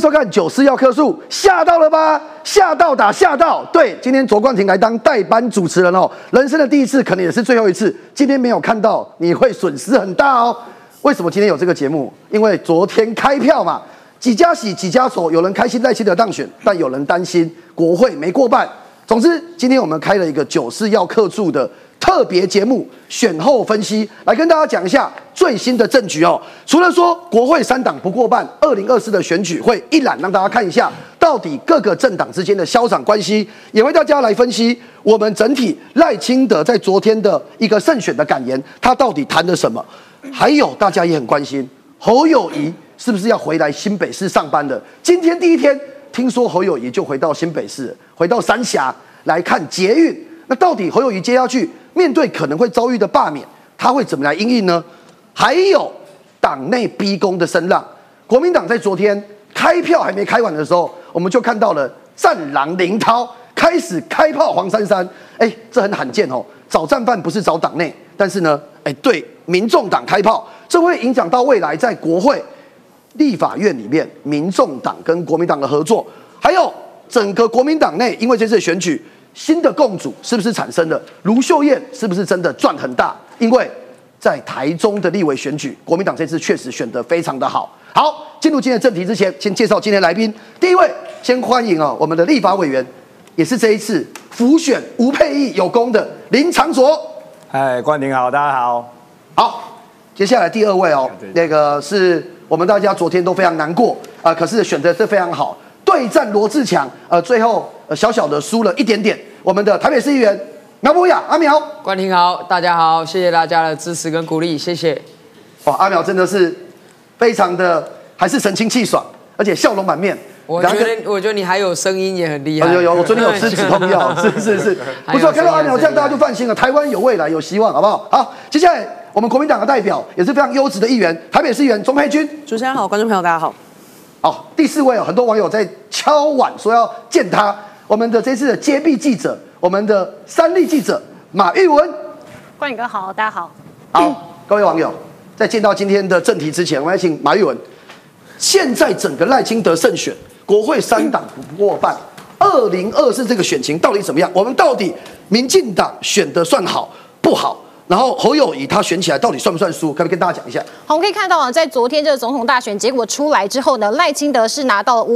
收看《94要客诉》，吓到了吧？吓到打吓到。对，今天卓冠廷来当代班主持人哦，人生的第一次，可能也是最后一次。今天没有看到，你会损失很大哦。为什么今天有这个节目？因为昨天开票嘛，几家喜几家愁，有人开心赖清德当选，但有人担心国会没过半。总之，今天我们开了一个94要客诉的特别节目，选后分析，来跟大家讲一下最新的政局哦。除了说国会3党不过半，2024的选举会一览让大家看一下到底各个政党之间的消长关系，也为大家来分析我们整体赖清德在昨天的一个胜选的感言，他到底谈了什么？还有大家也很关心侯友宜是不是要回来新北市上班的？今天第一天，听说侯友宜就回到新北市，回到三峡来看捷运。那到底侯友宜接下去面对可能会遭遇的罢免，他会怎么来因应呢？还有党内逼宫的声浪，国民党在昨天开票还没开完的时候，我们就看到了战狼林涛开始开炮黄珊珊，这很罕见哦。找战犯不是找党内，但是呢，对民众党开炮，这会影响到未来在国会、立法院里面民众党跟国民党的合作，还有整个国民党内，因为这次选举。新的共主是不是产生了？卢秀燕是不是真的赚很大？因为在台中的立委选举，国民党这次确实选得非常的好。好，进入今天的正题之前，先介绍今天来宾。第一位，先欢迎我们的立法委员，也是这一次辅选吴沛忆有功的林长佐。 冠廷好，大家好。 好，接下来第二位那个是我们大家昨天都非常难过可是选择是非常好。对战罗智强，最后小小的输了一点点。我们的台北市议员苗博雅阿苗， 冠廷好，大家好，谢谢大家的支持跟鼓励，谢谢。 哇，阿苗真的是非常的，还是神清气爽，而且笑容满面。 我觉得你还有声音也很厉害。 有，我昨天有吃止痛药，是，不错。看到阿苗这样，大家就放心了，台湾有未来，有希望，好不好？好，接下来我们国民党的代表也是非常优质的议员，台北市议员钟佩君。 主持人好，观众朋友大家好。 好，第4位很多网友在敲碗说要见他。我们的这次的揭弊记者，我们的3立记者马玉文。 冠宇哥好，大家好。 好，各位网友，在见到今天的正题之前，我们来请马玉文。现在整个赖清德胜选，国会3党不过半，2024这个选情到底怎么样？我们到底民进党选的算好不好？然后侯友宜他选起来到底算不算输？可不可以跟大家讲一下？ 好，我们可以看到在昨天这个总统大选结果出来之后呢，赖清德是拿到了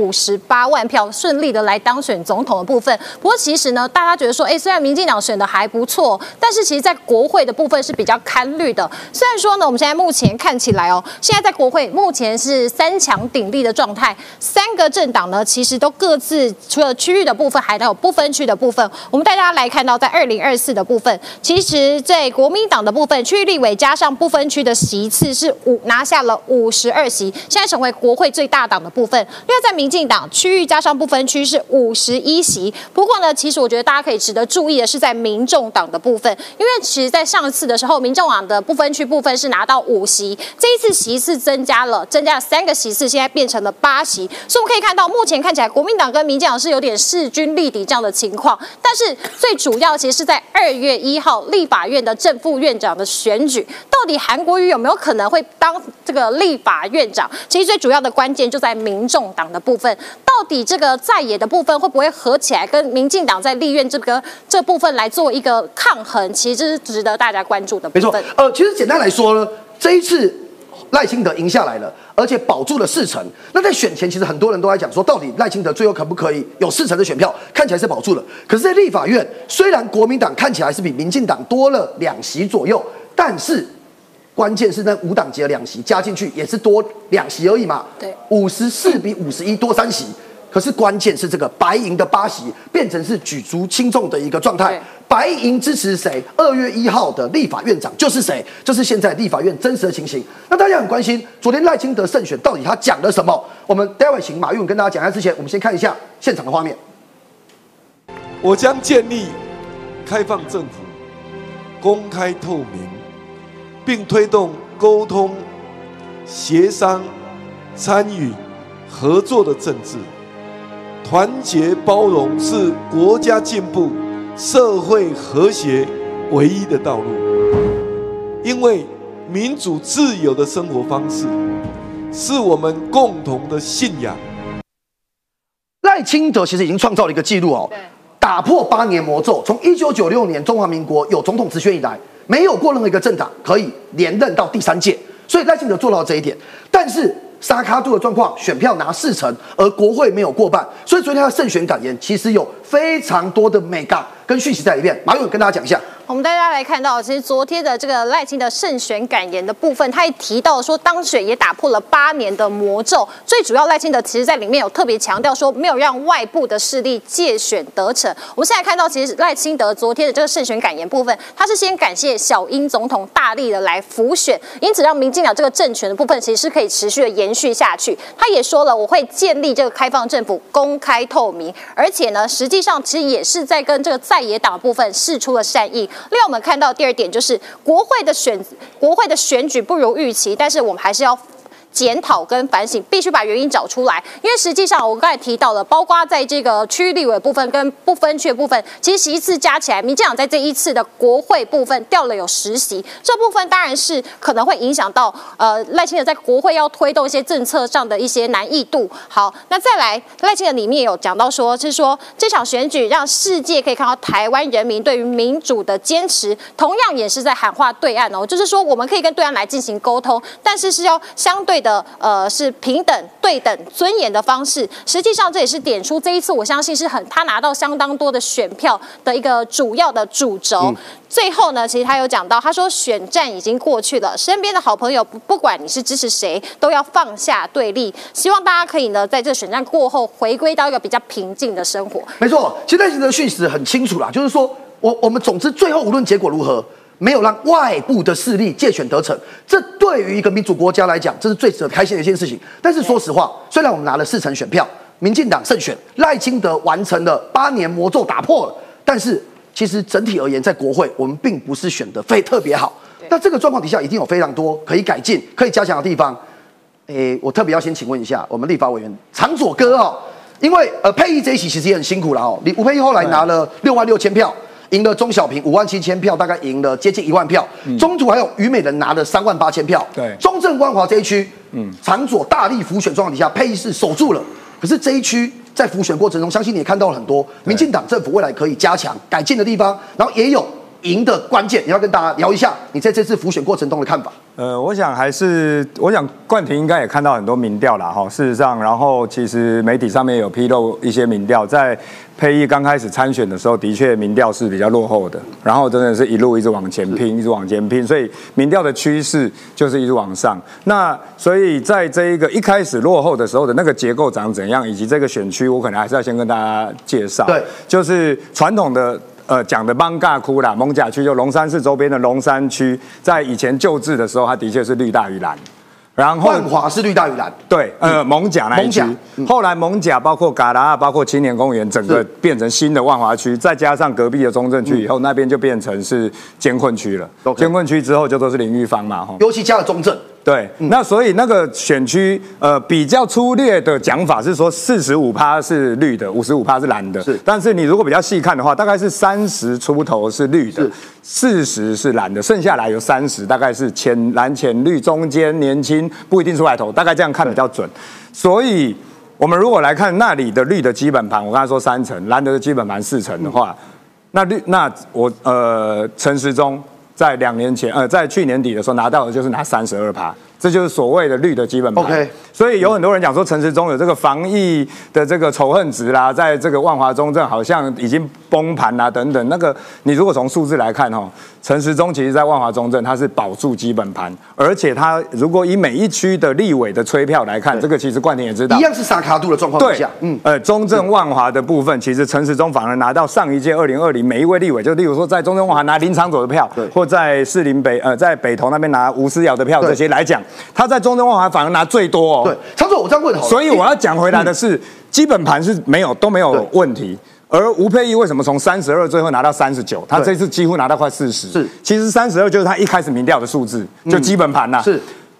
558万票，顺利的来当选总统的部分。不过其实呢，大家觉得说，虽然民进党选的还不错，但是其实在国会的部分是比较堪虑的。虽然说呢，我们现在目前看起来现在在国会目前是3强鼎立的状态，3个政党呢其实都各自除了区域的部分，还有不分区的部分。我们带大家来看到，在2024的部分，其实在国民党的部分，区域立委加上不分区的席次是拿下了52席，现在成为国会最大党的部分。另外，在民进党区域加上不分区是51席。不过呢，其实我觉得大家可以值得注意的是在民众党的部分，因为其实在上次的时候，民众党的不分区部分是拿到5席，这一次席次增加了3个席次，现在变成了8席。所以我们可以看到，目前看起来国民党跟民进党是有点势均力敌这样的情况。但是最主要其实是在2月1号立法院的正副院长的选举，到底韩国瑜有没有可能会当这个立法院长？其实最主要的关键就在民众党的部分，到底这个在野的部分会不会合起来跟民进党在立院这部分来做一个抗衡？其实这是值得大家关注的部分。 没错，其实简单来说呢，这一次赖清德赢下来了，而且保住了4成。那在选前，其实很多人都在讲说，到底赖清德最后可不可以有4成的选票？看起来是保住了。可是，在立法院，虽然国民党看起来是比民进党多了2席左右，但是关键是那5党籍的2席加进去也是多2席而已嘛。 对 ，54比51多3席。可是关键是这个白营的8席变成是举足轻重的一个状态。白营支持谁？2月1号的立法院长就是谁？就是现在立法院真实的情形。那大家很关心，昨天赖清德胜选到底他讲了什么？我们待会请马玉文跟大家讲一下。之前我们先看一下现场的画面。 我将建立开放政府、公开透明，并推动沟通、协商、参与、合作的政治。团结包容是国家进步、社会和谐唯一的道路。因为民主自由的生活方式是我们共同的信仰赖清德其实已经创造了一个纪录哦，打破8年魔咒。从1996年中华民国有总统直选以来，没有过任何一个政党可以连任到第3届，所以赖清德做到这一点。但是沙卡度的状况，选票拿40%，而国会没有过半，所以昨天他的胜选感言其实有非常多的美感跟讯息在里面。马勇跟大家讲一下。 我们大家来看到，其实昨天的这个赖清德胜选感言的部分，他也提到说，当选也打破了8年的魔咒。最主要，赖清德其实在里面有特别强调说，没有让外部的势力借选得逞。我们现在看到，其实赖清德昨天的这个胜选感言部分，他是先感谢小英总统大力的来辅选，因此让民进党这个政权的部分其实是可以持续的延续下去。他也说了，我会建立这个开放政府，公开透明，而且呢，实际上其实也是在跟这个在野党的部分释出了善意。另外，我们看到第二点就是国会的选举不如预期，但是我们还是要检讨跟反省，必须把原因找出来。因为实际上，我刚才提到了，包括在这个区域立委部分跟不分区的部分，其实席一次加起来，民进党在这一次的国会部分掉了有10席，这部分当然是可能会影响到赖清德在国会要推动一些政策上的一些难易度。好，那再来，赖清德里面有讲到说，是说这场选举让世界可以看到台湾人民对于民主的坚持，同样也是在喊话对岸哦，就是说我们可以跟对岸来进行沟通，但是是要相对的是平等、对等、尊严的方式。实际上，这也是点出这一次我相信是他拿到相当多的选票的一个主要的主轴。最后呢，其实他有讲到，他说选战已经过去了，身边的好朋友不管你是支持谁，都要放下对立。希望大家可以呢，在这选战过后回归到一个比较平静的生活。 没错，其实赖清德的讯息很清楚啦，就是说我们总之最后无论结果如何，没有让外部的势力借选得逞，这对于一个民主国家来讲，这是最值得开心的一件事情。但是说实话，虽然我们拿了40%选票，民进党胜选，赖清德完成了8年魔咒打破了，但是其实整体而言，在国会我们并不是选得特别好。那这个状况底下，一定有非常多可以改进、可以加强的地方。我特别要先请问一下我们立法委员长左哥哦，因为佩仪这一期其实也很辛苦了哦，吴佩仪后来拿了66000票。赢了钟小平57000票，大概赢了接近1万票。中途还有虞美人拿了38000票。 对， 中正万华这一区，长左大力辅选状况底下，佩仪是守住了。可是这一区在辅选过程中，相信你也看到了很多民进党政府未来可以加强改进的地方，然后也有赢的关键，你要跟大家聊一下你在这次辅选过程中的看法。 我想冠廷应该也看到很多民调啦，哈。事实上，然后其实媒体上面有披露一些民调，在佩仪刚开始参选的时候，的确民调是比较落后的，然后真的是一直往前拼，一直往前拼，所以民调的趋势就是一直往上。那所以在这一个一开始落后的时候的那个结构长怎样，以及这个选区，我可能还是要先跟大家介绍。对，就是传统的。讲的艋舺窟啦，艋舺区就龙山寺周边的龙山区，在以前旧制的时候，它的确是绿大于蓝。然后万华是绿大于蓝， 对，艋舺那一区。后来艋舺包括嘎拉，包括青年公园，整个变成新的万华区，再加上隔壁的中正区以后，那边就变成是艰困区了。艰困区之后就都是林玉芳嘛， 尤其加了中正。 对，那所以那个选区，比较粗略的讲法是说，45%是绿的，55%是蓝的。是，但是你如果比较细看的话，大概是30出头是绿的，40是蓝的，剩下来有30，大概是浅蓝、浅绿，中间年轻不一定出来投，大概这样看比较准。所以我们如果来看那里的绿的基本盘，我刚才说3成，蓝的基本盘4成的话，那我陈时中。在2年前，在去年底的时候拿到的就是拿32%，这就是所谓的绿的基本盘。Okay. 所以有很多人讲说陈时中有这个防疫的这个仇恨值啦，在这个万华中正好像已经崩盘啦等等。那个你如果从数字来看陈时中其实在万华中正他是保住基本盘，而且他如果以每一区的立委的催票来看，这个其实冠廷也知道， 一样是沙卡度的状况之下。 中正万华的部分，其实陈时中反而拿到上一届2020每一位立委，就例如说在中正万华拿林昶佐的票，或在士林北在北投那边拿吴思瑶的票，这些来讲，他在中正万华反而拿最多哦。 对，长佐我这样问好了， 所以我要讲回来的是，基本盘是都没有问题。而吴佩仪为什么从32最后拿到39？他这次几乎拿到快40。是，其实32就是他一开始民调的数字，就基本盘啦。是。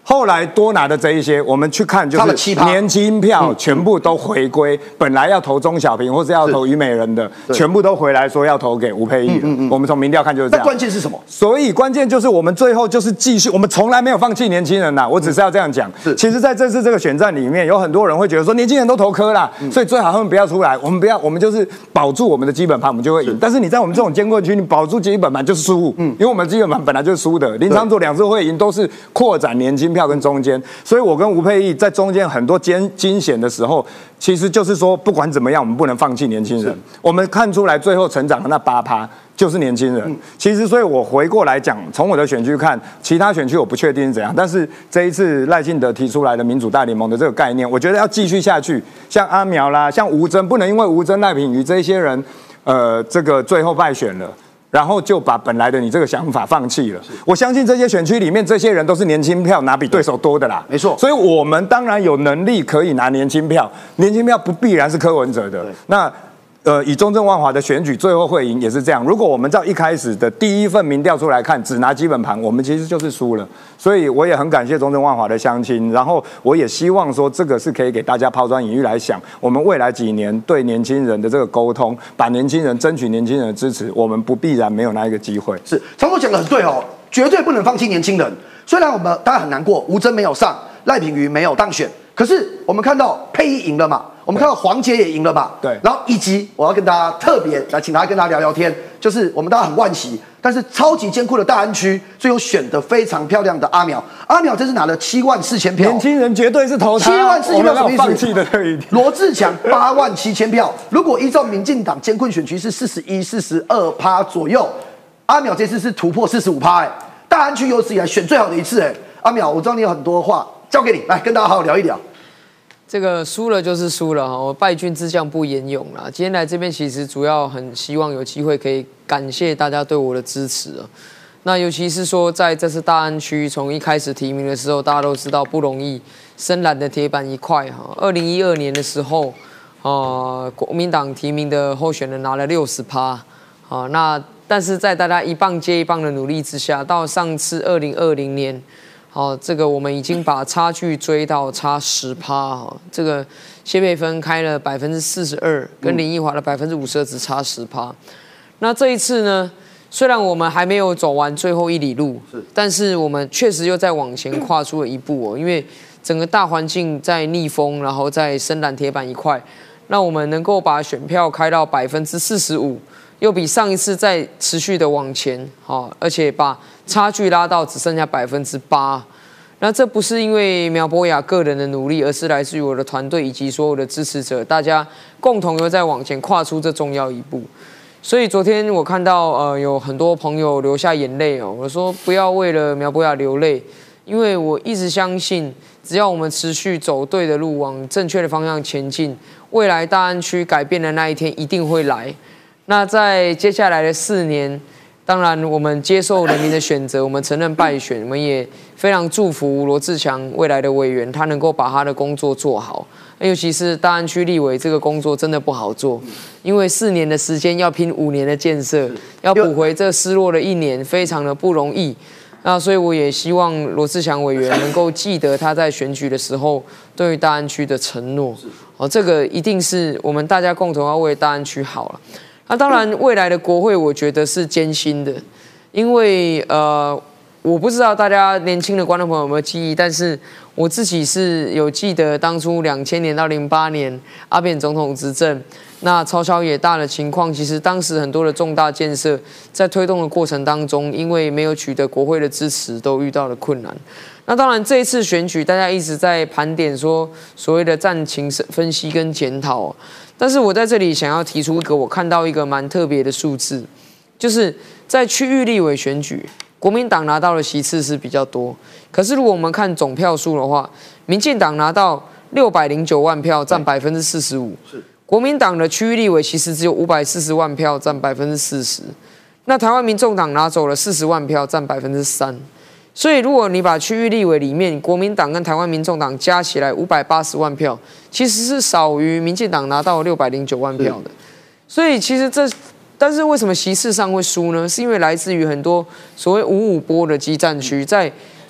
后来多拿的这一些，我们去看就是年轻票全部都回归，本来要投钟小平或是要投虞美人的，全部都回来说要投给吴沛忆了。我们从民调看就是这样。 那关键是什么？ 所以关键就是我们最后就是继续，我们从来没有放弃年轻人呐。我只是要这样讲。其实在这次这个选战里面，有很多人会觉得说年轻人都投柯啦，所以最好他们不要出来，我们就是保住我们的基本盘，我们就会赢。但是你在我们这种艰困区，你保住基本盘就是输，因为我们基本盘本来就是输的。林昶佐2次会赢都是扩展年轻票跟中间。所以我跟吴沛忆在中间很多惊险的时候，其实就是说不管怎么样，我们不能放弃年轻人。我们看出来最后成长的那8%就是年轻人。其实，所以我回过来讲，从我的选区看，其他选区我不确定是怎样，但是这一次赖清德提出来的民主大联盟的这个概念，我觉得要继续下去。像阿苗啦，像吴峥，不能因为吴峥、赖品妤这些人，这个最后败选了。然后就把本来的你这个想法放弃了。我相信这些选区里面，这些人都是年轻票拿比对手多的啦。 没错， 所以我们当然有能力可以拿年轻票，年轻票不必然是柯文哲的。那以中正万华的选举最后会赢也是这样。如果我们照一开始的第一份民调出来看，只拿基本盘，我们其实就是输了。所以我也很感谢中正万华的乡亲，然后我也希望说这个是可以给大家抛砖引玉来想，我们未来几年对年轻人的这个沟通，把年轻人争取年轻人的支持，我们不必然没有那一个机会。 是，常总讲的很对哦，绝对不能放弃年轻人。虽然我们大家很难过，吴峥没有上，赖品妤没有当选，可是我们看到沛忆赢了嘛。我们看到黄捷也赢了嘛？ 对。 然后以及我要跟大家特别来，请大家跟大家聊聊天，就是我们大家很惋惜，但是超级艰苦的大安区，最后选得非常漂亮的阿苗。阿苗这次拿了74000票， 年轻人绝对是投他。 74000票什么意思？ 放弃的这一点。 罗志强87000票，如果依照民进党艰困选区是41、42%左右，阿苗这次是突破45%，大安区有史以来选最好的一次，阿苗，我知道你有很多话交给你，来跟大家好好聊一聊。 这个输了就是输了哈，我败军之将不言勇啦。今天来这边其实主要很希望有机会可以感谢大家对我的支持啊。那尤其是说在这次大安区从一开始提名的时候，大家都知道不容易，深蓝的铁板一块哈。2012年的时候，国民党提名的候选人拿了60%，那但是在大家一棒接一棒的努力之下，到上次2020年。这个我们已经把差距追到差10%，这个谢佩芬开了42%，跟林奕华的52%只差10%。那这一次呢，虽然我们还没有走完最后1里路，但是我们确实又在往前跨出了一步哦，因为整个大环境在逆风，然后在深蓝铁板一块，那我们能够把选票开到45%。又比上一次再持续的往前，而且把差距拉到只剩下8%。那这不是因为苗博雅个人的努力，而是来自于我的团队以及所有的支持者，大家共同又在往前跨出这重要一步。所以昨天我看到有很多朋友流下眼泪哦，我说不要为了苗博雅流泪，因为我一直相信，只要我们持续走对的路，往正确的方向前进，未来大安区改变的那一天一定会来。那在接下来的4年，当然我们接受人民的选择，我们承认败选，我们也非常祝福罗志强未来的委员，他能够把他的工作做好。尤其是大安区立委这个工作真的不好做，因为4年的时间要拼5年的建设，要补回这失落的1年，非常的不容易。那所以我也希望罗志强委员能够记得他在选举的时候对于大安区的承诺。这个一定是我们大家共同要为大安区好了。那当然，未来的国会我觉得是艰辛的，因为我不知道大家年轻的观众朋友有没有记忆，但是我自己是有记得当初2000年到08年阿扁总统执政，那朝小野大的情况，其实当时很多的重大建设在推动的过程当中，因为没有取得国会的支持，都遇到了困难。那当然，这一次选举，大家一直在盘点说所谓的战情分析跟检讨。但是我在这里想要提出我看到一个蛮特别的数字，就是在区域立委选举，国民党拿到的席次是比较多。可是如果我们看总票数的话，民进党拿到609万票，占45%。国民党的区域立委其实只有540万票，占40%。那台湾民众党拿走了40万票，占3%。所以，如果你把区域立委里面国民党跟台湾民众党加起来580万票，其实是少于民进党拿到609万票的。所以，其实但是为什么席次上会输呢？是因为来自于很多所谓5-5波的基战区，在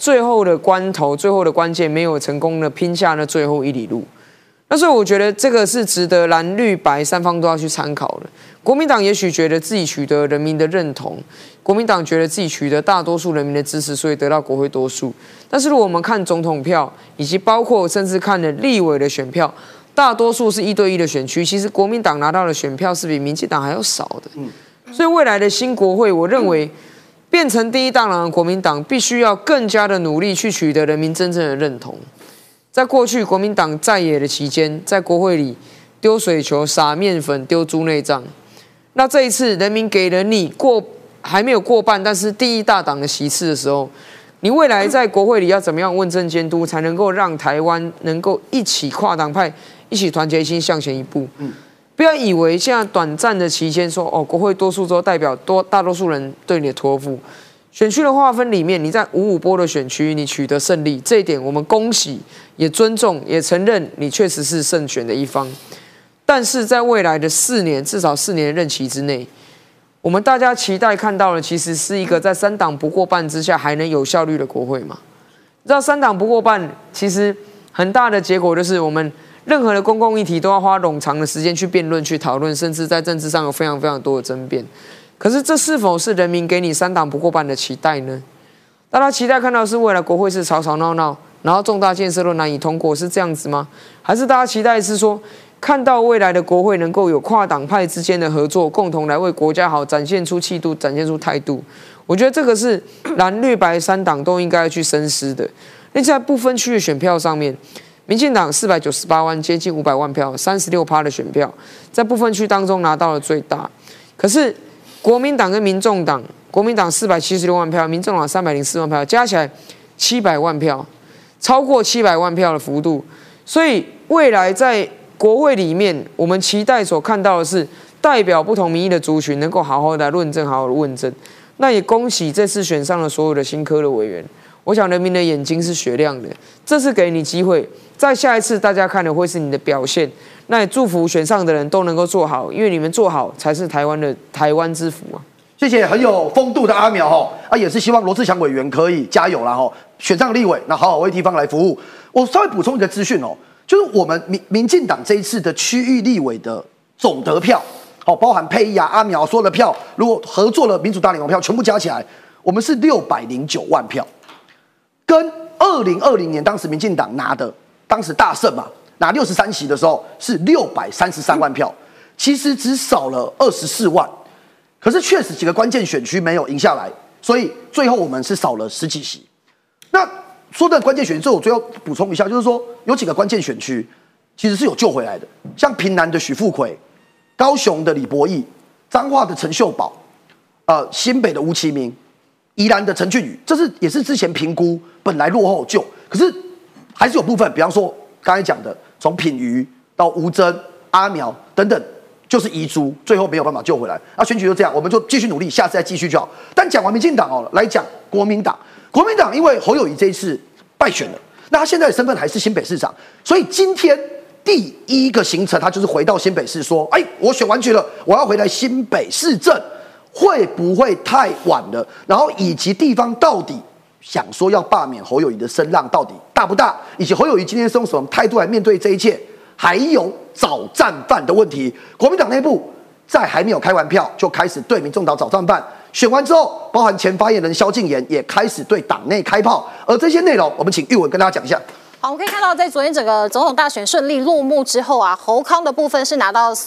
最后的关头、最后的关键没有成功的拼下那最后1里路。那所以我觉得这个是值得蓝绿白三方都要去参考的。国民党也许觉得自己取得人民的认同，国民党觉得自己取得大多数人民的支持，所以得到国会多数。但是如果我们看总统票，以及包括甚至看了立委的选票，大多数是1对1的选区，其实国民党拿到的选票是比民进党还要少的。所以未来的新国会，我认为变成第一大党的国民党，必须要更加的努力去取得人民真正的认同。在过去国民党在野的期间，在国会里丢水球、撒面粉、丢猪内脏。那这一次人民给了你还没有过半，但是第一大党的席次的时候，你未来在国会里要怎么样问政监督，才能够让台湾能够一起跨党派、一起团结心向前一步？不要以为现在短暂的期间说国会多数之后代表大多数人对你的托付。选区的划分里面，你在5-5波的选区你取得胜利，这一点我们恭喜，也尊重，也承认你确实是胜选的一方。但是在未来的4年，至少4年的任期之内，我们大家期待看到的其实是一个在3党不过半之下还能有效率的国会嘛？你知道3党不过半，其实很大的结果就是我们任何的公共议题都要花冗长的时间去辩论、去讨论，甚至在政治上有非常非常多的争辩。可是这是否是人民给你3党不过半的期待呢？大家期待看到的是未来国会是吵吵闹闹，然后重大建设都难以通过，是这样子吗？还是大家期待是说，看到未来的国会能够有跨党派之间的合作，共同来为国家好，展现出气度，展现出态度？我觉得这个是蓝绿白3党都应该去深思的。那在不分区的选票上面，民进党498万，接近500万票，36%的选票，在不分区当中拿到了最大。可是国民党跟民众党，国民党476万票，民众党304万票，加起来700万票，超过700万票的幅度。所以未来在国会里面，我们期待所看到的是代表不同民意的族群能够好好的论证，好好的问政。那也恭喜这次选上了所有的新科的委员。我想人民的眼睛是雪亮的，这次给你机会，在下一次大家看的会是你的表现。那也祝福选上的人都能够做好，因为你们做好才是台湾之福啊！ 谢谢很有风度的阿苗也是希望罗志祥委员可以加油啦选上立委，那好好为地方来服务。我稍微补充一个资讯就是我们民进党这一次的区域立委的总得票包含佩仪阿苗所有的票，如果合作了民主大联盟票全部加起来，我们是609万票，跟2020年当时民进党拿的当时大胜嘛。拿63席的时候是633万票，其实只少了24万，可是确实几个关键选区没有赢下来，所以最后我们是少了10几席。那说的关键选区，我最后补充一下，就是说有几个关键选区其实是有救回来的，像屏南的许富奎、高雄的李博义、彰化的陈秀宝、新北的吴其明、宜兰的陈俊宇，这也是之前评估本来落后救，可是还是有部分，比方说刚才讲的。从品瑜到吴征、阿苗等等，就是遗珠，最后没有办法救回来。那选举就这样，我们就继续努力，下次再继续就好。但讲完民进党来讲国民党，国民党因为侯友宜这一次败选了，那他现在的身份还是新北市长，所以今天第一个行程，他就是回到新北市说：“我选完举了，我要回来新北市政，会不会太晚了？然后以及地方到底。”想说要罢免侯友宜的声浪到底大不大，以及侯友宜今天是用什么态度来面对这一切，还有找战犯的问题。国民党内部在还没有开完票就开始对民众党找战犯，选完之后，包含前发言人萧敬言也开始对党内开炮。而这些内容，我们请玉文跟大家讲一下。 好，我们可以看到，在昨天整个总统大选顺利落幕之后侯康的部分是拿到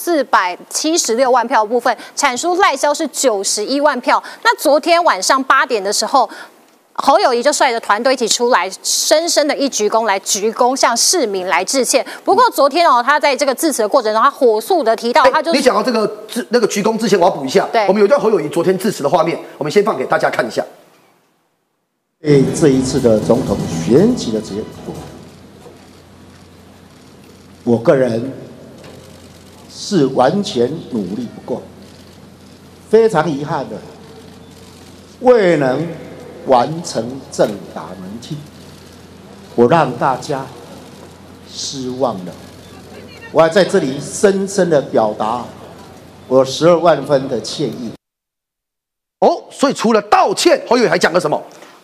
476万票的部分，产出赖萧是91万票。那昨天晚上8点的时候。侯友宜就率着团队一起出来，深深的一鞠躬来鞠躬，向市民来致歉。不过昨天他在这个致辞的过程中，他火速的提到，他就是你讲到这个那个鞠躬之前，我要补一下，我们有一段侯友宜昨天致辞的画面，我们先放给大家看一下。 这一次的总统选举的结果，我个人是完全努力不够，非常遗憾的，未能。完成政党轮替，我让大家失望了。我要在这里深深的表达我12万分的歉意。 所以除了道歉，侯友宜还讲了什么？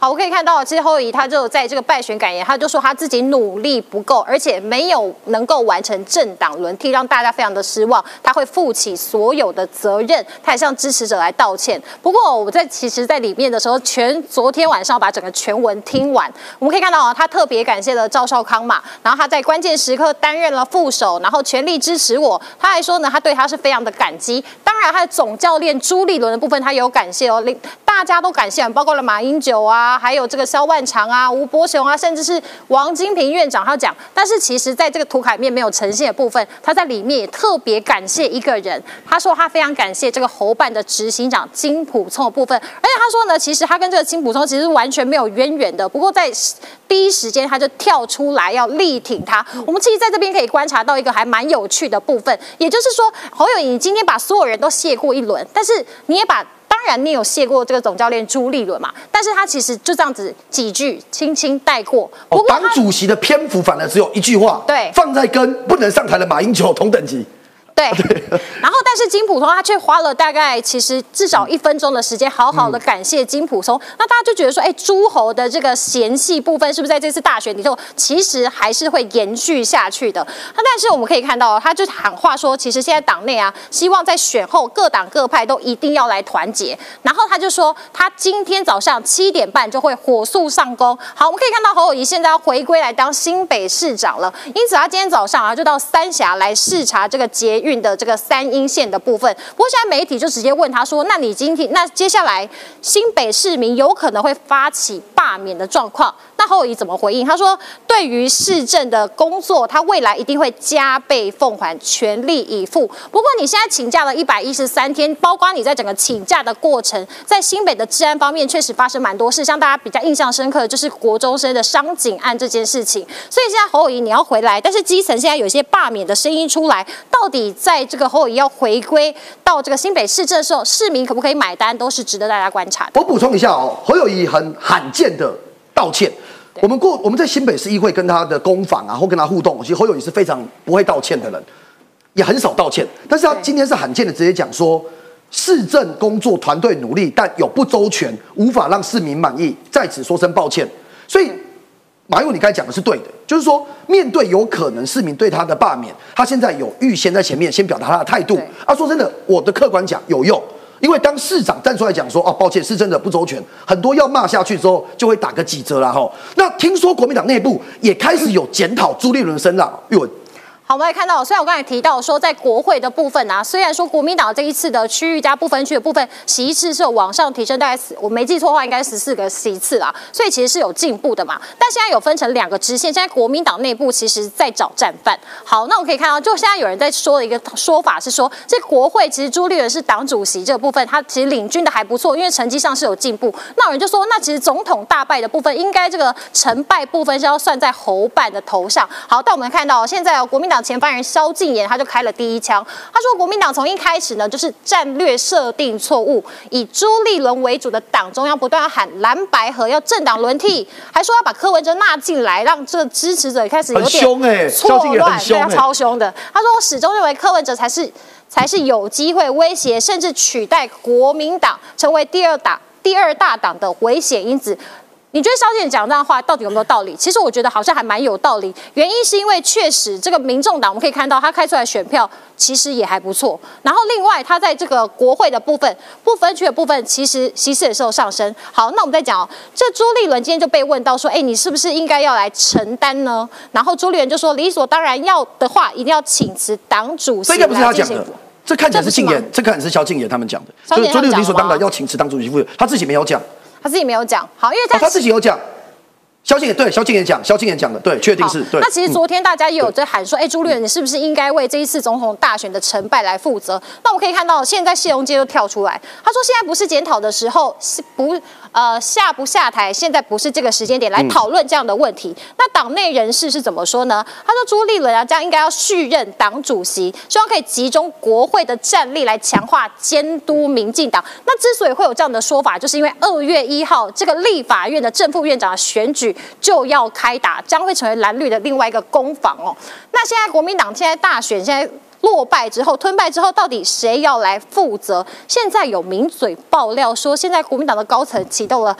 好，我可以看到，其实侯友宜他就在这个败选感言，他就说他自己努力不够，而且没有能够完成政党轮替，让大家非常的失望。他会负起所有的责任，他也向支持者来道歉。不过我其实在里面的时候，昨天晚上把整个全文听完，我们可以看到他特别感谢了赵少康嘛，然后他在关键时刻担任了副手，然后全力支持我。他还说呢，他对他是非常的感激。当然，他的总教练朱立伦的部分，他也有感谢哦，大家都感谢，包括了马英九啊，还有这个萧万长啊、吴伯雄啊，甚至是王金平院长他讲。但是其实在这个图卡面没有呈现的部分，他在里面也特别感谢一个人，他说他非常感谢这个侯办的执行长金溥聪的部分，而且他说呢，其实他跟这个金溥聪其实完全没有渊源的，不过在第一时间他就跳出来要力挺他。我们其实在这边可以观察到一个还蛮有趣的部分，也就是说，侯友宜今天把所有人都谢过一轮，但是你也把。当然，你有谢过这个总教练朱立伦嘛？但是他其实就这样子几句轻轻带过。不过党主席的篇幅反而只有一句话， 对， 放在跟不能上台的马英九同等级。 对，然后但是金溥聪他却花了大概其实至少1分钟的时间，好好的感谢金溥聪。那大家就觉得说，诸侯的这个嫌隙部分是不是在这次大选里头，其实还是会延续下去的？那但是我们可以看到，他就喊话说，其实现在党内啊，希望在选后各党各派都一定要来团结。然后他就说，他今天早上7点半就会火速上工。好，我们可以看到侯友宜现在要回归来当新北市长了，因此他今天早上啊就到三峡来视察这个捷运的这个3鶯线的部分。不过现在媒体就直接问他说：“那你接下来新北市民有可能会发起罢免的状况？”那侯友宜怎么回应？他说：“对于市政的工作，他未来一定会加倍奉还，全力以赴。不过你现在请假了113天，包括你在整个请假的过程，在新北的治安方面确实发生蛮多事，像大家比较印象深刻的就是国中生的伤警案这件事情。所以现在侯友宜你要回来，但是基层现在有一些罢免的声音出来，到底在这个侯友宜要回归到这个新北市政的时候，市民可不可以买单，都是值得大家观察的。” 我补充一下哦，侯友宜很罕见的道歉。我们在新北市议会跟他的攻访啊，或跟他互动，其实侯友宜是非常不会道歉的人，也很少道歉。但是他今天是罕见的直接讲说，市政工作团队努力，但有不周全，无法让市民满意，在此说声抱歉。所以马英九你刚才讲的是对的，就是说面对有可能市民对他的罢免，他现在有预先在前面先表达他的态度。说真的，我的客观讲有用。因为当市长站出来讲说，抱歉，是真的不周全，很多要骂下去之后，就会打个几折啦哈。那听说国民党内部也开始有检讨朱立伦声浪，玉文。 好，我们来看到，虽然我刚才提到说，在国会的部分啊，虽然说国民党这一次的区域加不分区的部分席次是有往上提升，大概我没记错的话，应该14个席次啦，所以其实是有进步的嘛。但现在有分成2个支线，现在国民党内部其实在找战犯。好，那我们可以看到，就现在有人在说的一个说法是说，这国会其实朱立伦是党主席这个部分，他其实领军的还不错，因为成绩上是有进步。那有人就说，那其实总统大败的部分，应该这个成败部分是要算在侯办的头上。好，但我们看到现在国民党前发言人萧敬言他就开了第一枪，他说国民党从一开始呢就是战略设定错误，以朱立伦为主的党中央不断要喊蓝白合，要政党轮替，还说要把柯文哲纳进来，让这个支持者也开始有点错乱，对，他超凶的。他说我始终认为柯文哲才是有机会威胁甚至取代国民党成为第二大党的危险因子。你觉得萧敬言讲这样的话到底有没有道理？其实我觉得好像还蛮有道理，原因是因为确实这个民众党我们可以看到他开出来的选票其实也还不错，然后另外他在这个国会的部分不分区的部分其实席次也是有上升。好，那我们再讲这朱立伦今天就被问到说，你是不是应该要来承担呢？然后朱立伦就说理所当然要的话一定要请辞党主席。 这应该不是他讲的，这看起来是敬言，这看起来是萧敬言他们讲的，就是朱立伦理所当然要请辞党主席负责，他自己没有讲。他自己没有讲，好，因为他自己有讲，萧敬言讲的，对，确定是对。 那其实昨天大家也有在喊说，朱立伦你是不是应该为这一次总统大选的成败来负责？那我们可以看到，现在谢龙介就跳出来，他说现在不是检讨的时候，是下不下台，现在不是这个时间点来讨论这样的问题。那党内人士是怎么说呢？他说朱立伦这样应该要续任党主席，希望可以集中国会的战力来强化监督民进党。那之所以会有这样的说法，就是因为2月1号这个立法院的正副院长的选举就要开打，将会成为蓝绿的另外一个攻防哦。那现在国民党现在大选现在落败之后、吞败之后，到底谁要来负责？现在有名嘴爆料说，现在国民党的高层启动了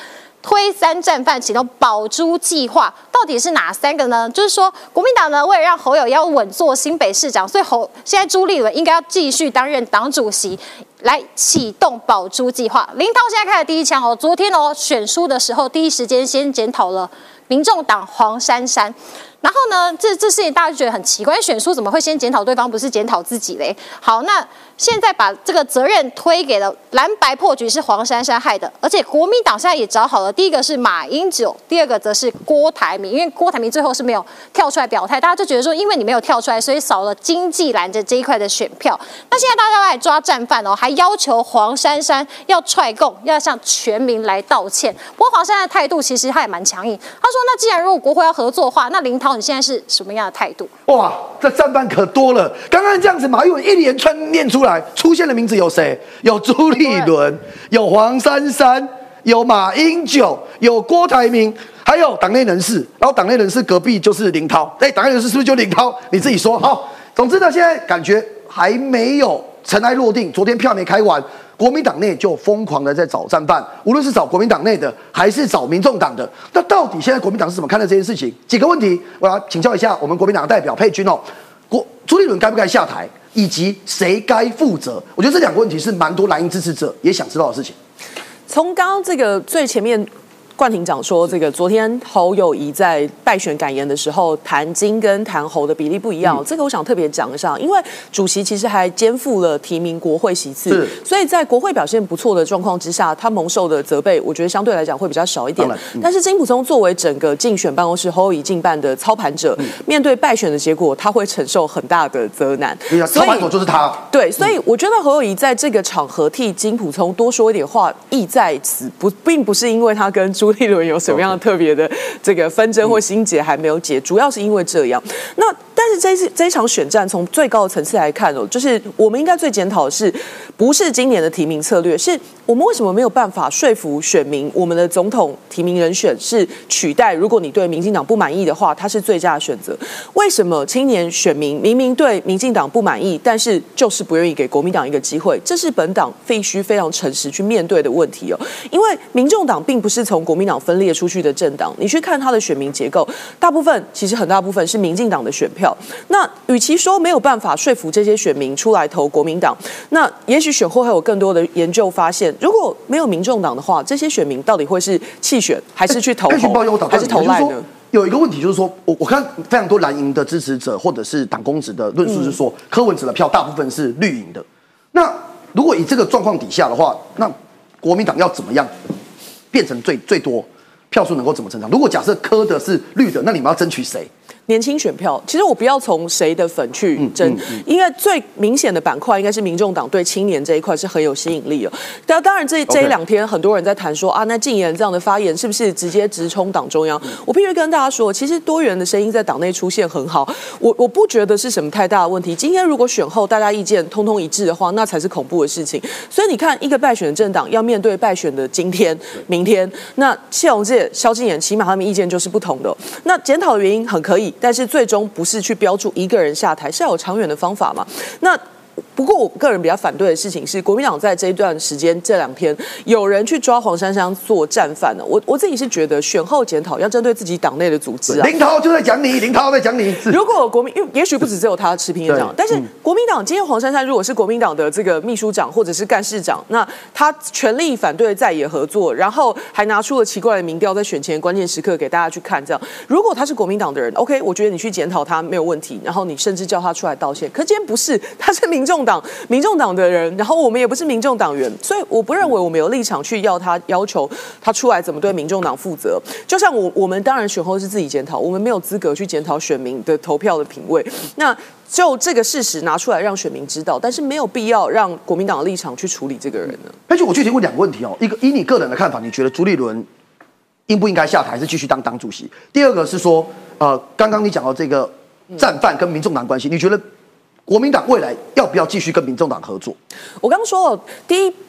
推3战犯，启动保猪计划，到底是哪3个呢？就是说，国民党呢为了让侯友宜要稳坐新北市长，所以现在朱立伦应该要继续担任党主席，来启动保猪计划。林涛现在开了第一枪哦，昨天选书的时候，第一时间先检讨了民众党黄珊珊。然后呢，这事情大家就觉得很奇怪，选书怎么会先检讨对方，不是检讨自己嘞？好，那现在把这个责任推给了蓝白破局是黄珊珊害的，而且国民党现在也找好了，第一个是马英九，第二个则是郭台铭，因为郭台铭最后是没有跳出来表态，大家就觉得说，因为你没有跳出来，所以少了经济蓝的这一块的选票。那现在大家来抓战犯哦，还要求黄珊珊要踹供，要向全民来道歉。不过黄珊珊的态度其实他也蛮强硬，他说，那既然如果国会要合作的话，那林涛你现在是什么样的态度？ 哇，这战犯可多了。刚刚这样子，马英九一连串念出来，出现的名字有谁？有朱立伦，有黄珊珊，有马英九，有郭台铭，还有党内人士。然后党内人士隔壁就是林涛。党内人士是不是就林涛？你自己说。好，总之呢，现在感觉还没有尘埃落定。昨天票没开完，国民党内就疯狂的在找战犯，无论是找国民党内的，还是找民众党的。那到底现在国民党是怎么看待这件事情？几个问题，我要请教一下我们国民党的代表佩君哦。朱立伦该不该下台，以及谁该负责？我觉得这2个问题是蛮多蓝营支持者也想知道的事情。 从刚刚这个最前面。冠廷长说，这个昨天侯友宜在败选感言的时候，谈金跟谈侯的比例不一样。这个我想特别讲一下，因为主席其实还肩负了提名国会席次，所以在国会表现不错的状况之下，他蒙受的责备，我觉得相对来讲会比较少一点。但是金溥聪作为整个竞选办公室侯友宜竞办的操盘者，面对败选的结果，他会承受很大的责难。 操盘手就是他。 对，所以我觉得侯友宜在这个场合替金溥聪多说一点话，意在此，并不是因为他跟朱立伦有什么样的特别的这个纷争或心结还没有解，主要是因为这样。那但是这一场选战从最高的层次来看哦，就是我们应该最检讨的是，不是今年的提名策略，是我们为什么没有办法说服选民，我们的总统提名人选是取代，如果你对民进党不满意的话，他是最佳的选择。为什么青年选民明明对民进党不满意，但是就是不愿意给国民党一个机会？这是本党必须非常诚实去面对的问题哦。因为民众党并不是从国民党分裂出去的政党，你去看他的选民结构，大部分其实很大部分是民进党的选票。那与其说没有办法说服这些选民出来投国民党，那也许选后还有更多的研究发现，如果没有民众党的话，这些选民到底会是弃选，还是去投侯，还是投赖呢？ 有一个问题就是说，我看非常多蓝营的支持者或者是党公职的论述是说，柯文哲的票大部分是绿营的。那如果以这个状况底下的话，那国民党要怎么样变成最多票数能够怎么成长？如果假设柯的是绿的，那你们要争取谁？ 年轻选票，其实我不要从谁的粉去争，因为最明显的板块应该是民众党对青年这一块是很有吸引力的。当然这2天很多人在谈说啊，那禁言这样的发言是不是直接直冲党中央？我必须跟大家说，其实多元的声音在党内出现很好，我不觉得是什么太大的问题。今天如果选后大家意见通通一致的话，那才是恐怖的事情。所以你看，一个败选的政党要面对败选的今天、明天，那谢龙介、萧敬言起码他们意见就是不同的。那检讨的原因很可以。但是最终不是去标注一个人下台，是要有长远的方法嘛？那不过我个人比较反对的事情是，国民党在这一段时间这2天有人去抓黄珊珊做战犯呢。我自己是觉得选后检讨要针对自己党内的组织啊。 林涛就在讲你，林涛在讲你。 如果因为也许不只只有他持平院长，但是国民党今天黄珊珊如果是国民党的这个秘书长或者是干事长，那他全力反对在野合作，然后还拿出了奇怪的民调，在选前关键时刻给大家去看。这样，如果他是国民党的人 ，OK， 我觉得你去检讨他没有问题，然后你甚至叫他出来道歉。可今天不是，他是民众党的人，然后我们也不是民众党员，所以我不认为我们有立场去要求他出来怎么对民众党负责。就像我们当然选后是自己检讨，我们没有资格去检讨选民的投票的品味。那就这个事实拿出来让选民知道，但是没有必要让国民党的立场去处理这个人呢。 而且我就提问2个问题哦，一个以你个人的看法，你觉得朱立伦应不应该下台，还是继续当党主席？第2个是说，刚刚你讲到这个战犯跟民众党关系，你觉得国民党未来要不要继续跟民众党合作？ 我刚刚说了，第一，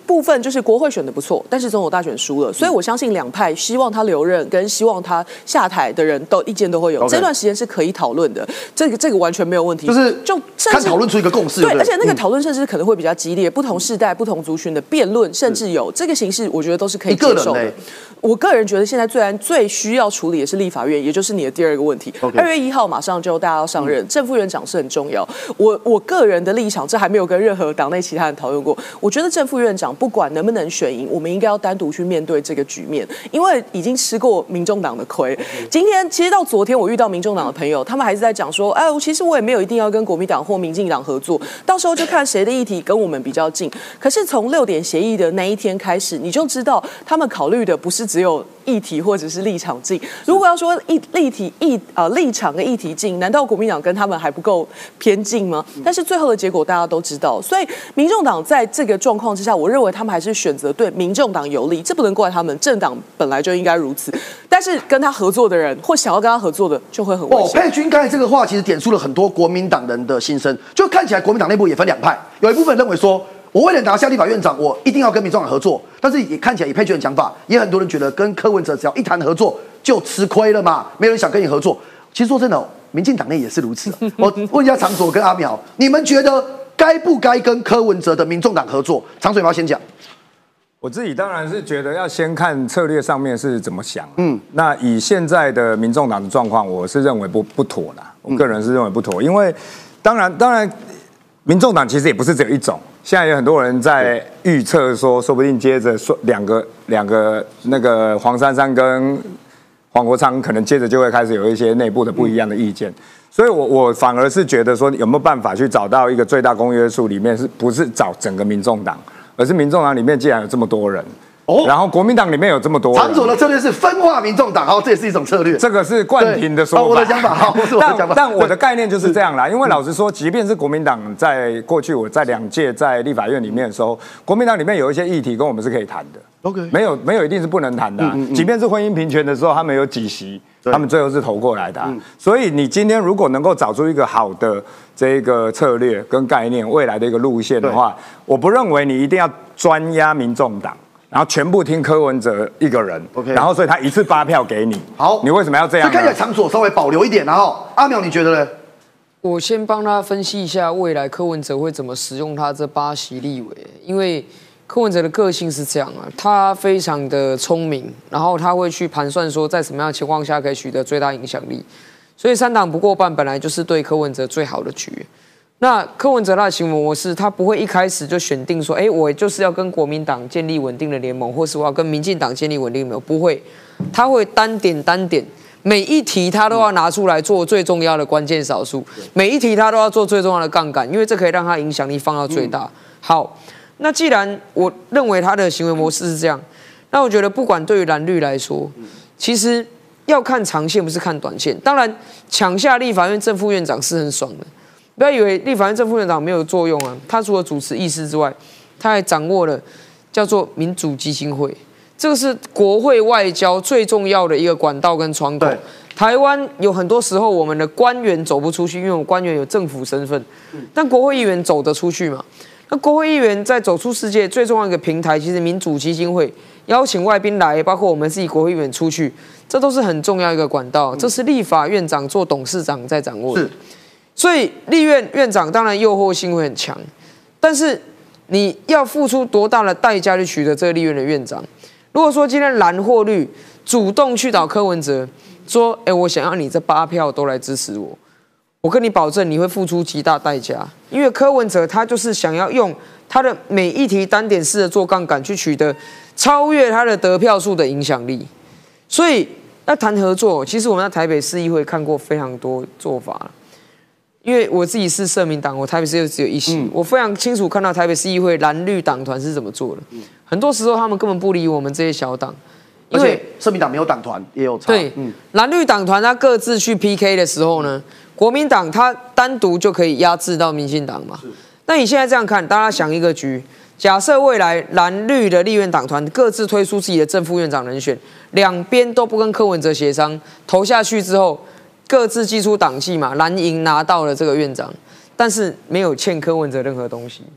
部分就是国会选的不错，但是总统大选输了，所以我相信两派希望他留任跟希望他下台的人都意见都会有。这段时间是可以讨论的，这个完全没有问题。 就看讨论出一个共识。 对，而且那个讨论甚至可能会比较激烈，不同世代、不同族群的辩论，甚至有这个形式，我觉得都是可以接受的。我个人觉得现在最需要处理的是立法院，也就是你的第二个问题。2月1号马上就大家要上任，正副院长是很重要。我个人的立场，这还没有跟任何党内其他人讨论过。我觉得正副院长不管能不能选赢，我们应该要单独去面对这个局面，因为已经吃过民众党的亏。今天其实到昨天，我遇到民众党的朋友，他们还是在讲说，哎，其实我也没有一定要跟国民党或民进党合作，到时候就看谁的议题跟我们比较近。可是从6点协议的那一天开始，你就知道他们考虑的不是只有议题或者是立场近。如果要说立场跟议题近，难道国民党跟他们还不够偏近吗？但是最后的结果大家都知道，所以民众党在这个状况之下，我认为他们还是选择对民众党有利，这不能怪他们，政党本来就应该如此。但是跟他合作的人或想要跟他合作的就会很危险。 佩君刚才这个话其实点出了很多国民党人的心声，就看起来国民党内部也分两派，有一部分认为说，我为了拿下立法院长，我一定要跟民众党合作，但是也看起来以佩君的讲法，也很多人觉得跟柯文哲只要一谈合作就吃亏了嘛，没人想跟你合作。其实说真的，民进党内也是如此。我问一下长佐跟阿苗，你们觉得该不该跟柯文哲的民众党合作？长佐要不要先讲？ 我自己当然是觉得要先看策略上面是怎么想。那以现在的民众党的状况，我是认为不妥啦。我个人是认为不妥，因为当然，民众党其实也不是只有一种。现在有很多人在预测说不定接着说两个那个黄珊珊跟黄国昌可能接着就会开始有一些内部的不一样的意见。所以我反而是觉得说有没有办法去找到一个最大公约数里面，是不是找整个民众党，而是民众党里面既然有这么多人，然后国民党里面有这么多人， 长佐的策略是分化民众党，这也是一种策略。 这个是冠廷的说法， 我的想法， 但我的概念就是这样啦。因为老实说，即便是国民党在过去我在2届在立法院里面的时候，国民党里面有一些议题跟我们是可以谈的。没有一定是不能谈的即便是婚姻平权的时候，他们有几席，他们最后是投过来的所以你今天如果能够找出一个好的这个策略跟概念，未来的一个路线的话，我不认为你一定要专压民众党，然后全部听柯文哲一个人，然后所以他一次8票给你。好，你为什么要这样呢？ 所以看起来场所稍微保留一点，然后阿苗你觉得呢？ 我先帮他分析一下未来柯文哲会怎么使用他这8席立委，因为柯文哲的个性是这样他非常的聪明，然后他会去盘算说在什么样的情况下可以取得最大影响力，所以3党不过半本来就是对柯文哲最好的局。那柯文哲他的行为模式，他不会一开始就选定说，我就是要跟国民党建立稳定的联盟，或是我要跟民进党建立稳定的联盟，不会，他会单点，每一题他都要拿出来做最重要的关键少数，每一题他都要做最重要的杠杆，因为这可以让他影响力放到最大。好。那既然我认为他的行为模式是这样，那我觉得不管对于蓝绿来说，其实要看长线，不是看短线。当然，抢下立法院正副院长是很爽的，不要以为立法院正副院长没有作用他除了主持议事之外，他还掌握了叫做民主基金会，这个是国会外交最重要的一个管道跟窗口。台湾有很多时候我们的官员走不出去，因为我们官员有政府身份，但国会议员走得出去嘛？那国会议员在走出世界最重要的一个平台，其实民主基金会邀请外宾来，包括我们自己国会议员出去，这都是很重要一个管道。这是立法院长做董事长在掌握的，所以立院院长当然诱惑性会很强，但是你要付出多大的代价去取得这个立院的院长？如果说今天蓝或绿主动去找柯文哲说，我想要你这8票都来支持我。我跟你保证，你会付出极大代价，因为柯文哲他就是想要用他的每一题单点式的做杠杆，去取得超越他的得票数的影响力。所以要谈合作，其实我们在台北市议会看过非常多做法，因为我自己是社民党，我台北市就只有1席，我非常清楚看到台北市议会蓝绿党团是怎么做的。很多时候他们根本不理我们这些小党。 因为社民党没有党团，也有差。 对，蓝绿党团他各自去 PK 的时候呢，国民党他单独就可以压制到民进党嘛。那你现在这样看，大家想一个局，假设未来蓝绿的立院党团各自推出自己的正副院长人选，两边都不跟柯文哲协商，投下去之后，各自祭出党纪嘛，蓝营拿到了这个院长，但是没有欠柯文哲任何东西。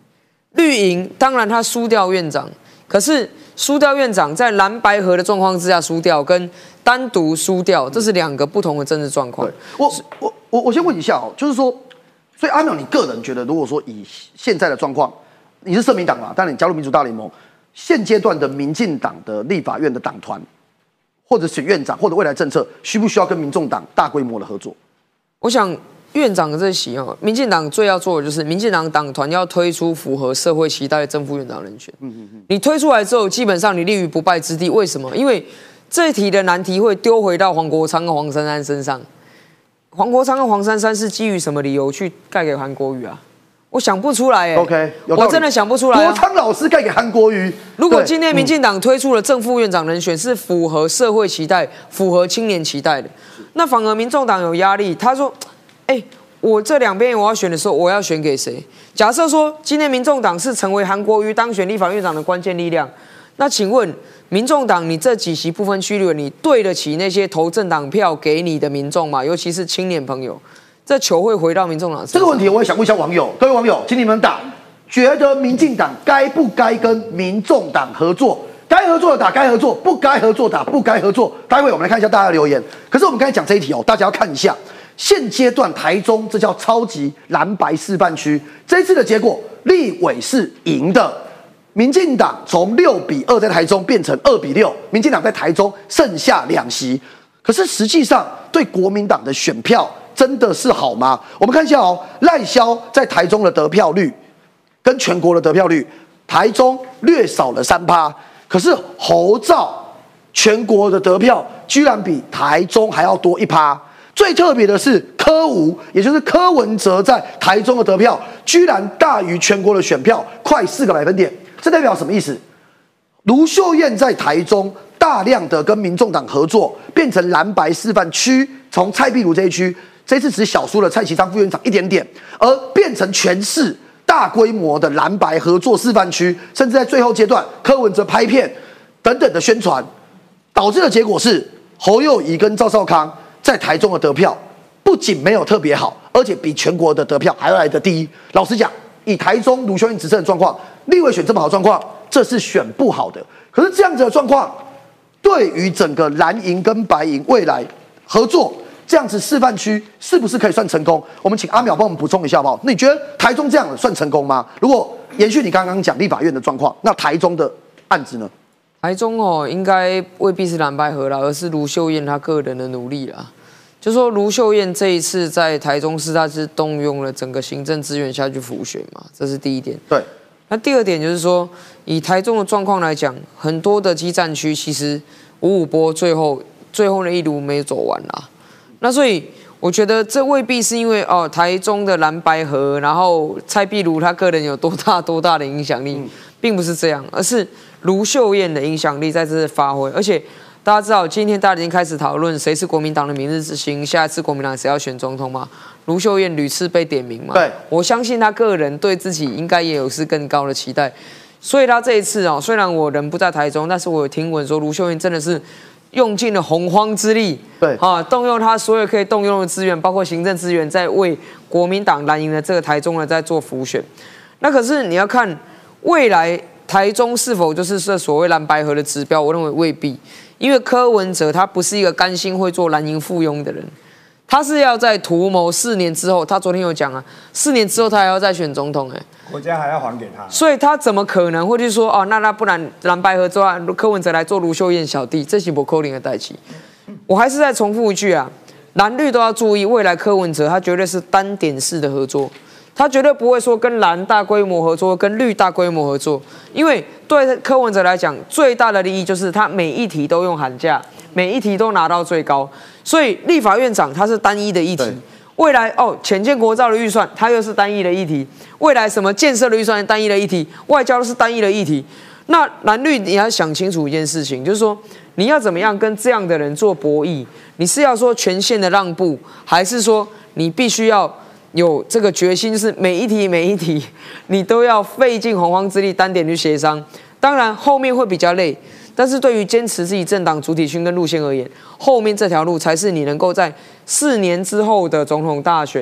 绿营当然他输掉院长，可是输掉院长在蓝白合的状况之下输掉，跟单独输掉，这是2个不同的政治状况。 我先问一下哦，就是说，所以阿淼，你个人觉得，如果说以现在的状况，你是社民党嘛，但你加入民主大联盟，现阶段的民进党的立法院的党团，或者选院长，或者未来政策，需不需要跟民众党大规模的合作？ 我想院长的这席哦，民进党最要做的就是民进党党团要推出符合社会期待的正副院长人选。你推出来之后，基本上你立于不败之地。为什么？因为这题的难题会丢回到黄国昌跟黄珊珊身上。黄国昌跟黄珊珊是基于什么理由去盖给韩国瑜啊？我想不出来 OK， 我真的想不出来。 国昌老师盖给韩国瑜。 如果今天民进党推出了正副院长人选是符合社会期待、符合青年期待的，那反而民众党有压力。他说：“我这2边我要选的时候，我要选给谁？假设说今天民众党是成为韩国瑜当选立法院长的关键力量，那请问民众党你这几席不分区域，你对得起那些投政党票给你的民众吗？尤其是青年朋友。”这球会回到民众党身上。 这个问题我也想问一下网友，各位网友，请你们打，觉得民进党该不该跟民众党合作？该合作的打该合作，不该合作打不该合作。待会我们来看一下大家的留言。可是我们刚才讲这一题哦，大家要看一下现阶段台中这叫超级蓝白示范区，这一次的结果，立委是赢的。民进党从6-2在台中变成2-6，民进党在台中剩下2席。可是实际上对国民党的选票真的是好吗？我们看一下哦，赖萧在台中的得票率跟全国的得票率，台中略少了3%，可是侯兆全国的得票居然比台中还要多1%。最特别的是柯吴，也就是柯文哲在台中的得票居然大于全国的选票快4个百分点，这代表什么意思？卢秀燕在台中大量的跟民众党合作，变成蓝白示范区，从蔡壁如这一区，这次只小输了蔡其昌副院长一点点，而变成全市大规模的蓝白合作示范区，甚至在最后阶段，柯文哲拍片等等的宣传，导致的结果是侯友宜跟赵少康在台中的得票不仅没有特别好，而且比全国的得票还要来得低。老实讲，以台中卢秀燕执政的状况，立委选这么好的状况，这是选不好的。可是这样子的状况，对于整个蓝营跟白营未来合作这样子示范区，是不是可以算成功？我们请阿淼帮我们补充一下好不好？那你觉得台中这样算成功吗？如果延续你刚刚讲立法院的状况，那台中的案子呢？ 台中应该未必是蓝白合啦，而是卢秀燕她个人的努力啦。就说卢秀燕这一次在台中市，她是动用了整个行政资源下去辅选嘛，这是第一点。 对。 那第二点就是说，以台中的状况来讲，很多的基站区其实5-5波最后那一路没走完啦。那所以我觉得这未必是因为台中的蓝白合，然后蔡壁如他个人有多大的影响力，并不是这样，而是卢秀燕的影响力在这次发挥。而且大家知道，今天大家已经开始讨论谁是国民党的明日之星，下一次国民党谁要选总统吗？卢秀燕屡次被点名嘛， 对， 我相信他个人对自己应该也有是更高的期待，所以他这一次虽然我人不在台中，但是我有听闻说卢秀燕真的是用尽了洪荒之力， 对动用他所有可以动用的资源，包括行政资源，在为国民党蓝营的这个台中呢在做辅选。那可是你要看未来台中是否就是这所谓蓝白合的指标，我认为未必，因为柯文哲他不是一个甘心会做蓝营附庸的人。他是要在图谋4年之后，他昨天有讲啊，4年之后他还要再选总统国家还要还给他， 所以他怎么可能会去说那不然蓝白合之后柯文哲来做卢秀燕小弟，这是不可能的代志。我还是再重复一句啊，蓝绿都要注意，未来柯文哲他绝对是单点式的合作，他绝对不会说跟蓝大规模合作，跟绿大规模合作，因为对柯文哲来讲，最大的利益就是他每一题都用喊价，每一题都拿到最高。所以立法院长他是单一的议题，未来浅见国造的预算它又是单一的议题，未来什么建设的预算单一的议题，外交都是单一的议题。那蓝绿你要想清楚一件事情，就是说你要怎么样跟这样的人做博弈？你是要说全线的让步，还是说你必须要有这个决心，就是每一题你都要费尽洪荒之力单点去协商？当然后面会比较累。但是对于坚持自己政党主体性跟路线而言，后面这条路才是你能够在4年之后的总统大选，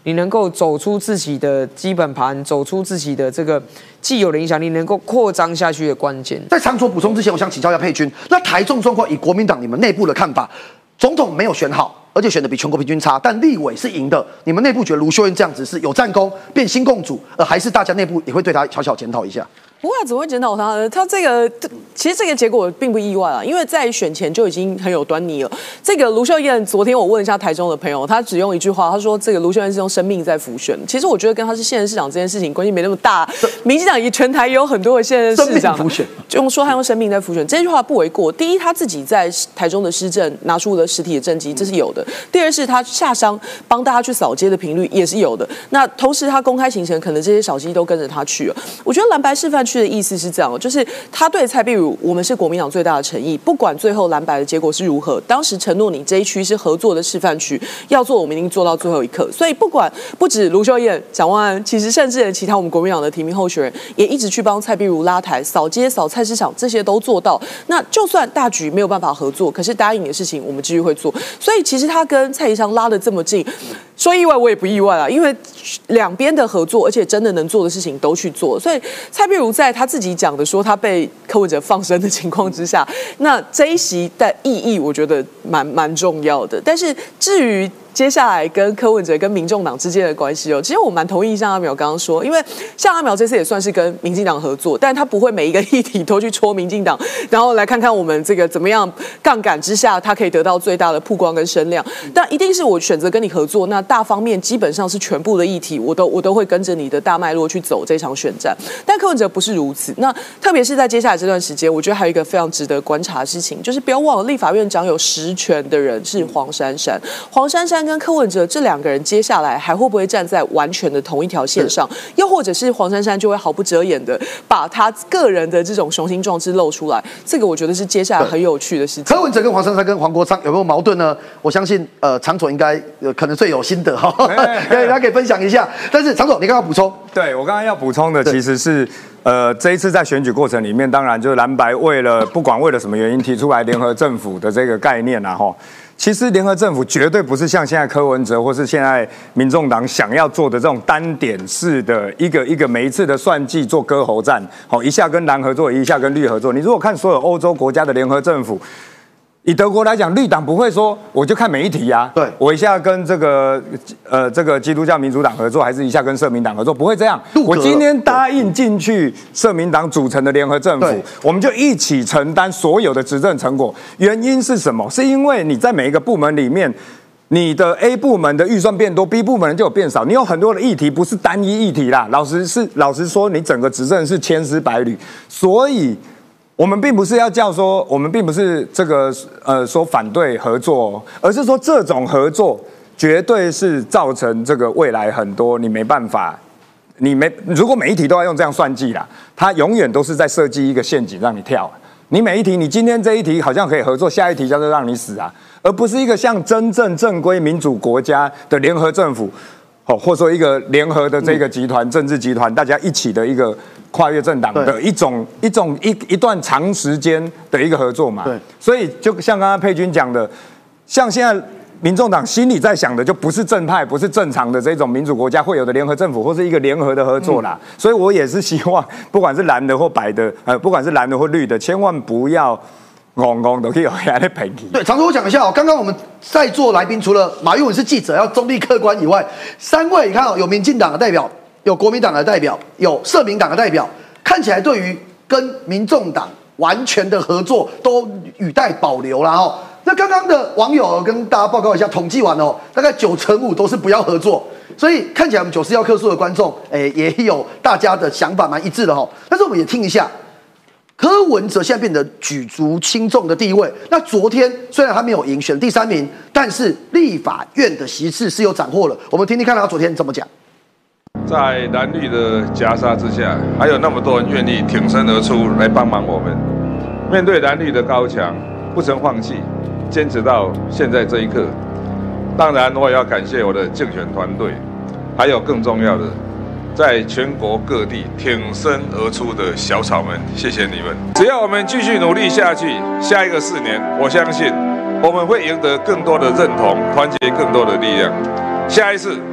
你能够走出自己的基本盘，走出自己的这个既有的影响力，能够扩张下去的关键。 在长所补充之前，我想请教一下佩君，那台中状况以国民党你们内部的看法，总统没有选好，而且选的比全国平均差，但立委是赢的，你们内部觉得卢秀燕这样子是有战功变新共主，还是大家内部也会对他小小检讨一下？ 不会，怎么会检讨他呢？他这个其实这个结果并不意外啊，因为在选前就已经很有端倪了。这个卢秀燕，昨天我问一下台中的朋友，他只用一句话，他说这个卢秀燕是用生命在辅选。其实我觉得跟他是现任市长这件事情关系没那么大。民进党全台也有很多的现任市长就说他用生命在辅选，这句话不为过。第一，他自己在台中的施政拿出了实体的政绩，这是有的；第二是他下乡帮大家去扫街的频率也是有的。那同时他公开行程，可能这些小鸡都跟着他去了。我觉得蓝白示范区的意思是这样，就是他对蔡壁如，我们是国民党最大的诚意，不管最后蓝白的结果是如何，当时承诺你这一区是合作的示范区，要做我们一定做到最后一刻。所以不止卢秀燕、蒋万安，其实甚至其他我们国民党的提名候选人也一直去帮蔡壁如拉台、扫街、扫菜市场，这些都做到。那就算大局没有办法合作，可是答应你的事情我们继续会做。所以其实他跟蔡宜昌拉得这么近，说意外我也不意外啦，因为两边的合作，而且真的能做的事情都去做。所以蔡壁如在他自己讲的说他被柯文哲放生的情况之下，那这一席的意义我觉得蛮重要的。但是至于接下来跟柯文哲跟民众党之间的关系其实我蛮同意像阿苗刚刚说，因为像阿苗这次也算是跟民进党合作，但他不会每一个议题都去戳民进党，然后来看看我们这个怎么样杠杆之下他可以得到最大的曝光跟声量。但一定是我选择跟你合作，那大方面基本上是全部的议题我都会跟着你的大脉络去走这场选战。但柯文哲不是如此，那特别是在接下来这段时间，我觉得还有一个非常值得观察的事情，就是不要忘了立法院掌有实权的人是黄珊珊，黄珊珊跟柯文哲这两个人接下来还会不会站在完全的同一条线上，又或者是黄珊珊就会毫不遮掩的把他个人的这种雄心壮志露出来，这个我觉得是接下来很有趣的事情。 柯文哲跟黄珊珊跟黄国昌有没有矛盾呢？我相信常总应该可能最有心得哈，大家可以分享一下。但是常总你刚刚补充， 对我刚刚要补充的其实是这一次在选举过程里面，当然就是蓝白不管为了什么原因提出来联合政府的这个概念啊哈。其实联合政府绝对不是像现在柯文哲或是现在民众党想要做的这种单点式的一个每一次的算计做割喉战，一下跟蓝合作，一下跟绿合作。你如果看所有欧洲国家的联合政府，以德国来讲，绿党不会说我就看每一题啊，对我一下跟这个基督教民主党合作，还是一下跟社民党合作，不会这样。我今天答应进去社民党组成的联合政府，我们就一起承担所有的执政成果。原因是什么？是因为你在每一个部门里面，你的 A 部门的预算变多 ，B 部门就有变少。你有很多的议题不是单一议题啦，老实说，你整个执政是千丝百缕，所以。我们并不是要叫说，我们并不是这个说反对合作，而是说这种合作绝对是造成这个未来很多你没办法，如果每一题都要用这样算计啦，它永远都是在设计一个陷阱让你跳。你每一题，你今天这一题好像可以合作，下一题叫做让你死啊，而不是一个像真正正规民主国家的联合政府，或者说一个联合的这个集团、政治集团，大家一起的一个。跨越政党的一段长时间的一个合作嘛，对，所以就像刚刚佩君讲的，像现在民众党心里在想的，就不是正派，不是正常的这种民主国家会有的联合政府，或是一个联合的合作啦。所以我也是希望，不管是蓝的或白的，不管是蓝的或绿的，千万不要都可以有人在骗你。 对，常总我讲一下刚刚我们在座来宾除了马英文是记者要中立客观以外，3位你看有民进党的代表。有国民党的代表，有社民党的代表，看起来对于跟民众党完全的合作都语带保留啦哦。那刚刚的网友跟大家报告一下，统计完大概9%都是不要合作，所以看起来我们91客数的观众，也有大家的想法蛮一致的哈。但是我们也听一下，柯文哲现在变得举足轻重的地位。那昨天虽然他没有赢，选第3名，但是立法院的席次是有斩获了。我们听听看他昨天怎么讲。 在蓝绿的夹杀之下，还有那么多人愿意挺身而出来帮忙我们。面对蓝绿的高墙，不曾放弃，坚持到现在这一刻。当然，我也要感谢我的竞选团队，还有更重要的，在全国各地挺身而出的小草们，谢谢你们！只要我们继续努力下去，下一个4年，我相信我们会赢得更多的认同，团结更多的力量。下一次。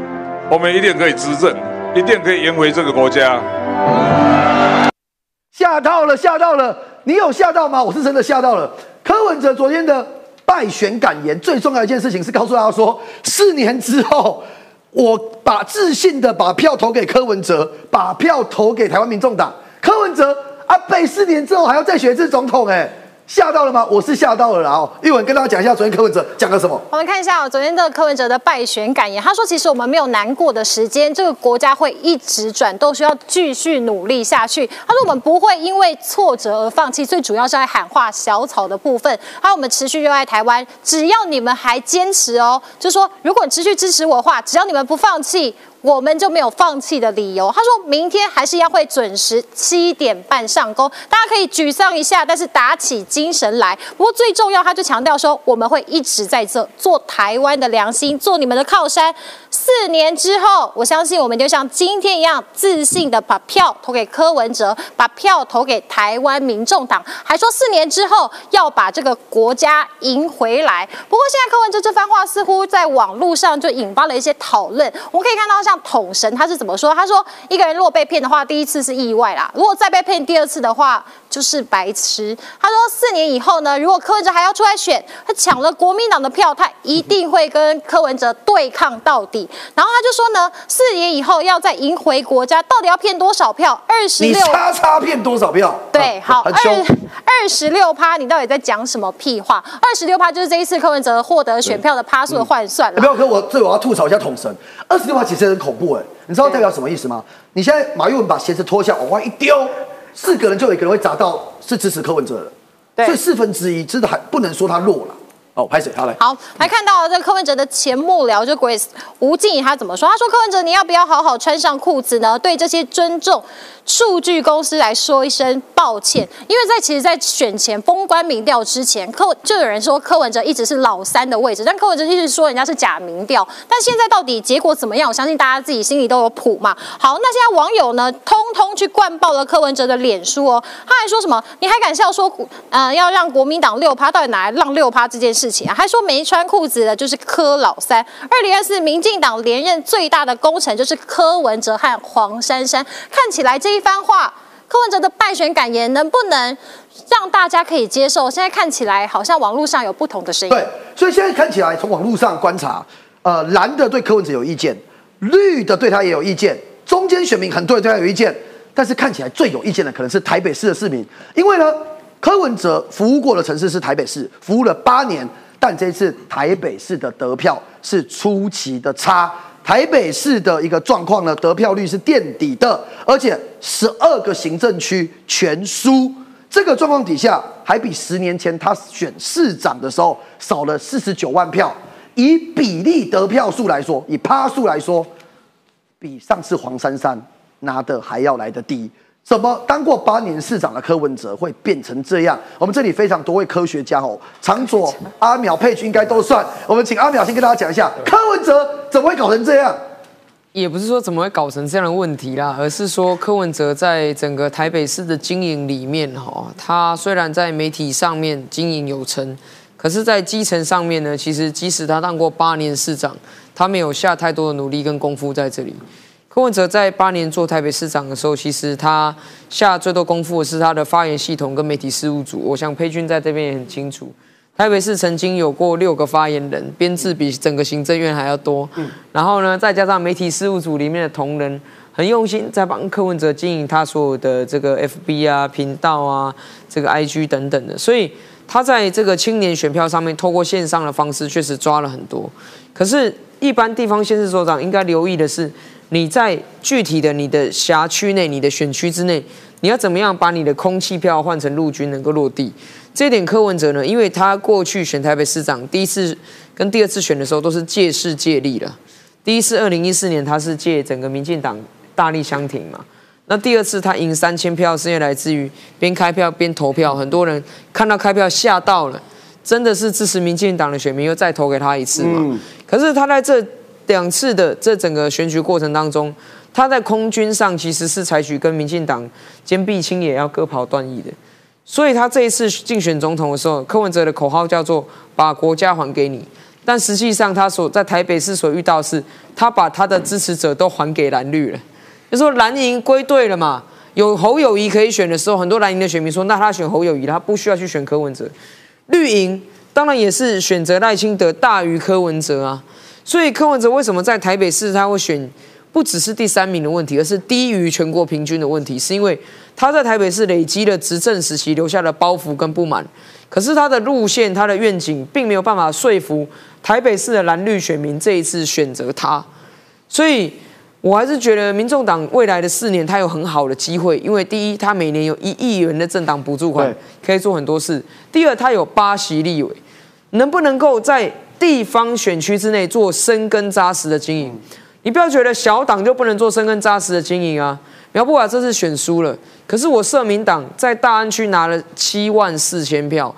我们一定可以执政，一定可以赢回这个国家。 吓到了，吓到了！你有吓到吗？我是真的吓到了。柯文哲昨天的败选感言，最重要的一件事情是告诉大家说，4年之后，我自信的把票投给柯文哲，把票投给台湾民众党。柯文哲阿北4年之后还要再选一次总统，吓到了吗？我是吓到了啦。玉文跟大家讲一下昨天柯文哲讲了什么。 我们看一下昨天的柯文哲的败选感言，他说：“其实我们没有难过的时间，这个国家会一直转动，需要继续努力下去。”他说：“我们不会因为挫折而放弃，最主要是在喊话小草的部分。还有我们持续热爱台湾，只要你们还坚持哦，就是说如果你持续支持我的话，只要你们不放弃。”我们就没有放弃的理由。他说明天还是一样会准时7点半上工，大家可以沮丧一下，但是打起精神来。不过最重要，他就强调说，我们会一直在这做台湾的良心，做你们的靠山。4年之后，我相信我们就像今天一样，自信的把票投给柯文哲，把票投给台湾民众党，还说4年之后要把这个国家赢回来。不过现在柯文哲这番话似乎在网络上就引发了一些讨论。我们可以看到像统神他是怎么说？他说一个人如果被骗的话，第一次是意外啦，如果再被骗第2次的话，就是白痴。他说4年以后呢，如果柯文哲还要出来选，他抢了国民党的票，他一定会跟柯文哲对抗到底。然后他就说呢，4年以后要再赢回国家，到底要骗多少票？26， 你叉骗多少票？ 对，好，26%，你到底在讲什么屁话？26%就是这一次柯文哲获得选票的趴数的换算了。 不要跟我，我要吐槽一下统神，26%其实很恐怖你知道代表什么意思吗？你现在马玉文把鞋子脱下，往外一丢，4个人就有1个人会砸到是支持柯文哲的，所以1/4真的还不能说他弱了。拍谁？好来， 好来看到这柯文哲的前幕僚就 Grace 吴静怡他怎么说？他说柯文哲你要不要好好穿上裤子呢？对这些尊重数据公司来说一声抱歉，因为其实在选前封关民调之前，就有人说柯文哲一直是老3的位置，但柯文哲一直说人家是假民调，但现在到底结果怎么样？我相信大家自己心里都有谱嘛。好，那现在网友呢，通通去灌爆了柯文哲的脸书哦，他还说什么？你还敢笑说要让国民党6%，到底哪来让6%这件事情啊？还说没穿裤子的就是柯老3。2024民进党连任最大的功臣就是柯文哲和黄珊珊，看起来这一番话，柯文哲的败选感言能不能让大家可以接受？现在看起来好像网络上有不同的声音。 对，所以现在看起来从网络上观察，蓝的对柯文哲有意见，绿的对他也有意见，中间选民很多人对他有意见，但是看起来最有意见的可能是台北市的市民，因为呢，柯文哲服务过的城市是台北市，服务了8年，但这次台北市的得票是出奇的差。台北市的一个状况呢，得票率是垫底的，而且12个行政区全输。这个状况底下，还比10年前他选市长的时候少了49万票。以比例得票数来说，以趴数来说，比上次黄珊珊拿的还要来得低。怎么当过8年市长的柯文哲会变成这样？我们这里非常多位科学家长左、阿淼、佩君应该都算。我们请阿淼先跟大家讲一下，柯文哲怎么会搞成这样？ 也不是说怎么会搞成这样的问题啦，而是说柯文哲在整个台北市的经营里面他虽然在媒体上面经营有成，可是在基层上面呢，其实即使他当过8年市长，他没有下太多的努力跟功夫在这里。柯文哲在8年做台北市长的时候，其实他下最多功夫的是他的发言系统跟媒体事务组。我想佩君在这边也很清楚，台北市曾经有过6个发言人，编制比整个行政院还要多。然后呢，再加上媒体事务组里面的同仁，很用心在帮柯文哲经营他所有的这个 FB 啊、频道啊、这个 IG 等等的。所以他在这个青年选票上面，透过线上的方式确实抓了很多。可是，一般地方县市首长应该留意的是，你在具体的你的辖区内、你的选区之内，你要怎么样把你的空气票换成陆军能够落地？这一点柯文哲呢，因为他过去选台北市长，第一次跟第2次选的时候都是借势借力了。第一次2014年他是借整个民进党大力相挺嘛，那第2次他赢3000票是因为来自于边开票边投票，很多人看到开票吓到了，真的是支持民进党的选民又再投给他一次嘛。可是他在这2次的这整个选举过程当中，他在空军上其实是采取跟民进党坚壁清野，要各袍断义的。所以他这一次竞选总统的时候，柯文哲的口号叫做"把国家还给你"， 但实际上他在台北市所遇到的是，他把他的支持者都还给蓝绿了，就说蓝营归队了嘛。有侯友宜可以选的时候，很多蓝营的选民说，那他选侯友宜，他不需要去选柯文哲。绿营当然也是选择赖清德大于柯文哲啊。所以柯文哲为什么在台北市他会选，不只是第3名的问题，而是低于全国平均的问题，是因为他在台北市累积了执政时期留下的包袱跟不满。可是他的路线、他的愿景，并没有办法说服台北市的蓝绿选民这一次选择他。所以我还是觉得民众党未来的4年，他有很好的机会，因为第一，他每年有1亿元的政党补助款，可以做很多事；第二，他有8席立委，能不能够在地方选区之内做深耕扎实的经营？你不要觉得小党就不能做深耕扎实的经营啊！苗博雅这次选输了，可是我社民党在大安区拿了74000票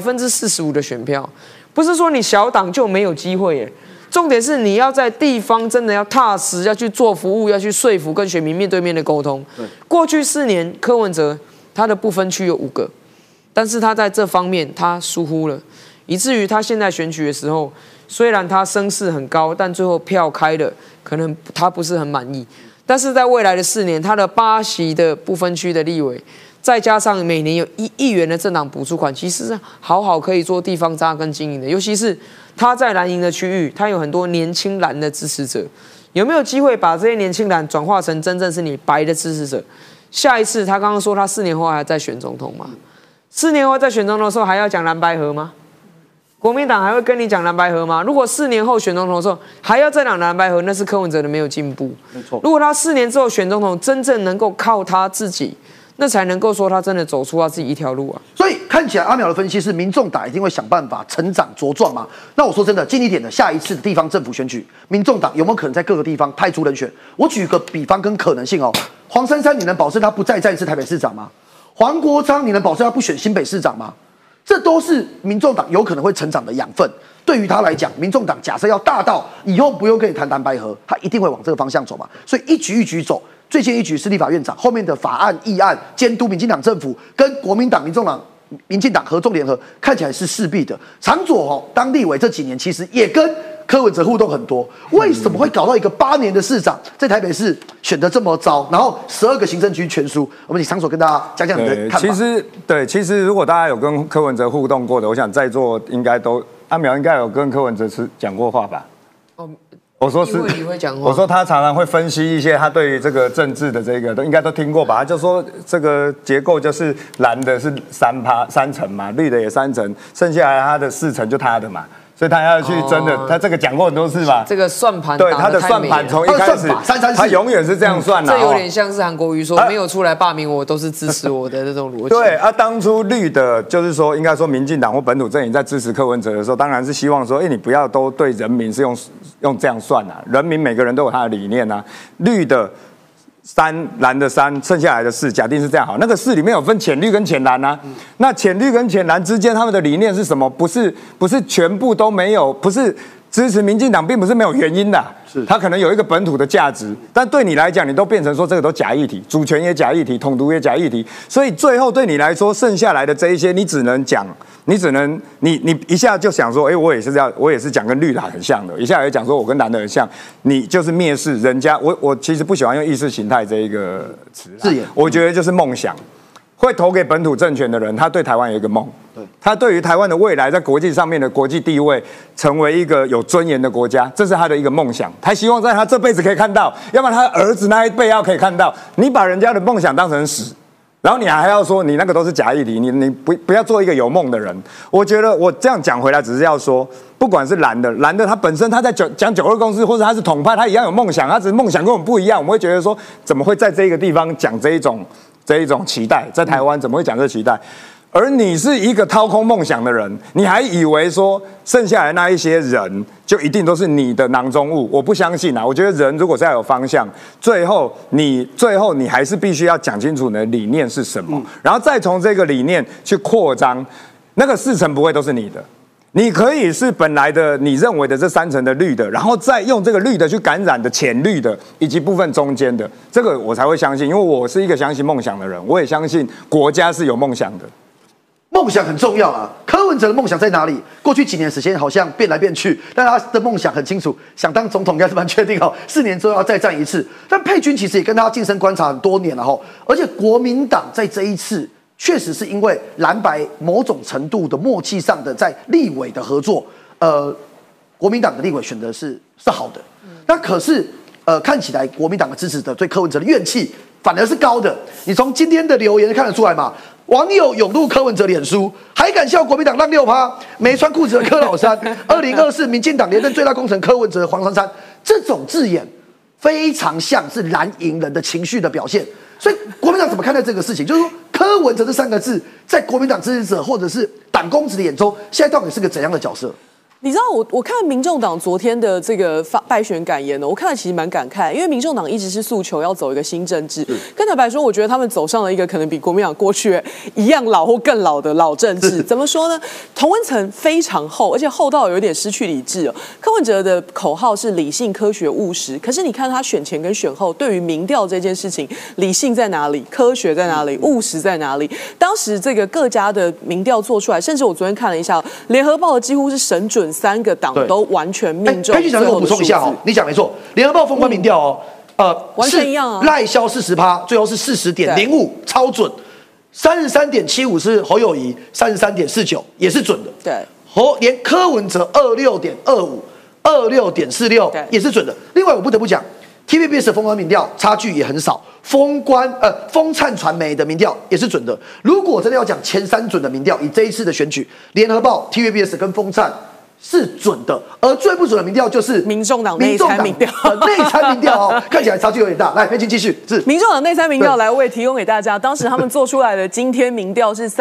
，45%的选票，不是说你小党就没有机会耶。重点是你要在地方真的要踏实，要去做服务，要去说服跟选民面对面的沟通。过去4年，柯文哲他的不分区有5个，但是他在这方面他疏忽了，以至于他现在选举的时候，虽然他声势很高，但最后票开了，可能他不是很满意。但是在未来的4年，他的8席的不分区的立委，再加上每年有1亿元的政党补助款，其实是好可以做地方扎根经营的。尤其是他在蓝营的区域，他有很多年轻蓝的支持者，有没有机会把这些年轻蓝转化成真正是你白的支持者？下一次他刚刚说他4年后还在选总统嘛？4年后在选总统的时候还要讲蓝白合吗？国民党还会跟你讲蓝白合吗？如果4年后选总统的时候还要再讲蓝白合，那是柯文哲的没有进步。 没错。 如果他4年之后选总统，真正能够靠他自己，那才能够说他真的走出他自己一条路啊。 所以看起来阿苗的分析是，民众党一定会想办法成长茁壮嘛？那我说真的，近一点的下一次的地方政府选举，民众党有没有可能在各个地方派出人选？我举个比方跟可能性哦，黄珊珊你能保证他不再战一次台北市长吗？黄国昌你能保证他不选新北市长吗？这都是民众党有可能会成长的养分。对于他来讲，民众党假设要大到以后不用跟你谈蓝白合，他一定会往这个方向走嘛。所以一局一局走，最近一局是立法院长，后面的法案议案监督民进党政府跟国民党、民进党合纵联合，看起来是势必的。长佐当立委这几年其实也跟柯文哲互动很多，为什么会搞到一个8年的市长在台北市选得这么糟，然后12个行政区全输？我们请长佐跟大家讲讲你的看法。 其实如果大家有跟柯文哲互动过的，我想在座应该都阿苗应该有跟柯文哲讲过话吧？我说是，我说他常常会分析一些他对于这个政治的这个都应该都听过吧？他就说这个结构就是蓝的是3成嘛，绿的也3成，剩下来他的4成就他的嘛。所以他要去真的，他这个讲过很多次吧？ 这个算盘对他的算盘从一开始，他永远是这样算的。 这有点像是韩国瑜说没有出来罢免我，都是支持我的这种逻辑。 对啊，当初绿的，就是说应该说民进党或本土阵营在支持柯文哲的时候，当然是希望说，你不要都对人民是用这样算啊，人民每个人都有他的理念啊，绿的。3蓝的3，剩下来的4，假定是这样好。那个4里面有分浅绿跟浅蓝啊。那浅绿跟浅蓝之间，他们的理念是什么？不是全部都没有，不是支持民进党，并不是没有原因的。是，他可能有一个本土的价值，但对你来讲，你都变成说这个都假议题，主权也假议题，统独也假议题。所以最后对你来说，剩下来的这一些，你只能你一下就想说，我也是讲跟绿的很像的，一下也讲说我跟蓝的很像，你就是蔑视人家。我其实不喜欢用意识形态这一个词字眼，我觉得就是梦想。会投给本土政权的人，他对台湾有一个梦，他对于台湾的未来在国际上面的国际地位，成为一个有尊严的国家，这是他的一个梦想。他希望在他这辈子可以看到，要不然他儿子那一辈要可以看到。你把人家的梦想当成屎，然后你还要说你那个都是假议题，你不要做一个有梦的人。我觉得我这样讲回来，只是要说，不管是蓝的，他本身他在讲92公司，或者他是统派，他一样有梦想，他只是梦想跟我们不一样。我们会觉得说，怎么会在这个地方讲这一种期待，在台湾怎么会讲这期待？而你是一个掏空梦想的人，你还以为说剩下来那一些人就一定都是你的囊中物？我不相信啊！我觉得人如果是要有方向，最后你还是必须要讲清楚你的理念是什么，然后再从这个理念去扩张。那个4成不会都是你的。你可以是本来的你认为的这3成的绿的，然后再用这个绿的去感染的浅绿的，以及部分中间的，这个我才会相信，因为我是一个相信梦想的人，我也相信国家是有梦想的。 梦想很重要啊。柯文哲的梦想在哪里？过去几年时间好像变来变去，但他的梦想很清楚，想当总统应该是蛮确定4年之后要再战一次。但佩君其实也跟他晋升观察很多年了而且国民党在这一次确实是因为蓝白某种程度的默契上的在立委的合作，国民党的立委选择是好的。那可是看起来国民党的支持者对柯文哲的怨气反而是高的。你从今天的留言看得出来嘛？网友涌入柯文哲脸书，还敢笑国民党让6%，没穿裤子的柯老三，2024民进党连任最大功臣柯文哲黄珊珊，这种字眼非常像是蓝营人的情绪的表现。所以国民党怎么看待这个事情？就是说柯文哲这3个字，在国民党支持者或者是党公子的眼中，现在到底是个怎样的角色？ 你知道我看民众党昨天的这个败选感言呢，我看了其实蛮感慨，因为民众党一直是诉求要走一个新政治。跟坦白说，我觉得他们走上了一个可能比国民党过去一样老或更老的老政治。怎么说呢？同温层非常厚，而且厚到有点失去理智。柯文哲的口号是理性、科学、务实，可是你看他选前跟选后对于民调这件事情，理性在哪里？科学在哪里？务实在哪里？当时这个各家的民调做出来，甚至我昨天看了一下，联合报的几乎是神准。3个党都完全命中。 佩君讲这个我补充一下你讲没错，联合报封关民调完全一样啊。 赖萧40%，最后是40.05%，超准。33.75%是侯友宜，33.49%也是准的。 对， 连柯文哲26.25%、26.46%也是准的。另外我不得不讲 ，TVBS 的封关民调差距也很少，风灿传媒的民调也是准的。如果真的要讲前3准的民调，以这一次的选举，联合报、TVBS 跟风灿是准的，而最不准的民调就是民众党内参民调， 内参民调看起来差距有点大。来，佩君继续。是民众党内参民调，来我也提供给大家。当时他们做出来的今天民调是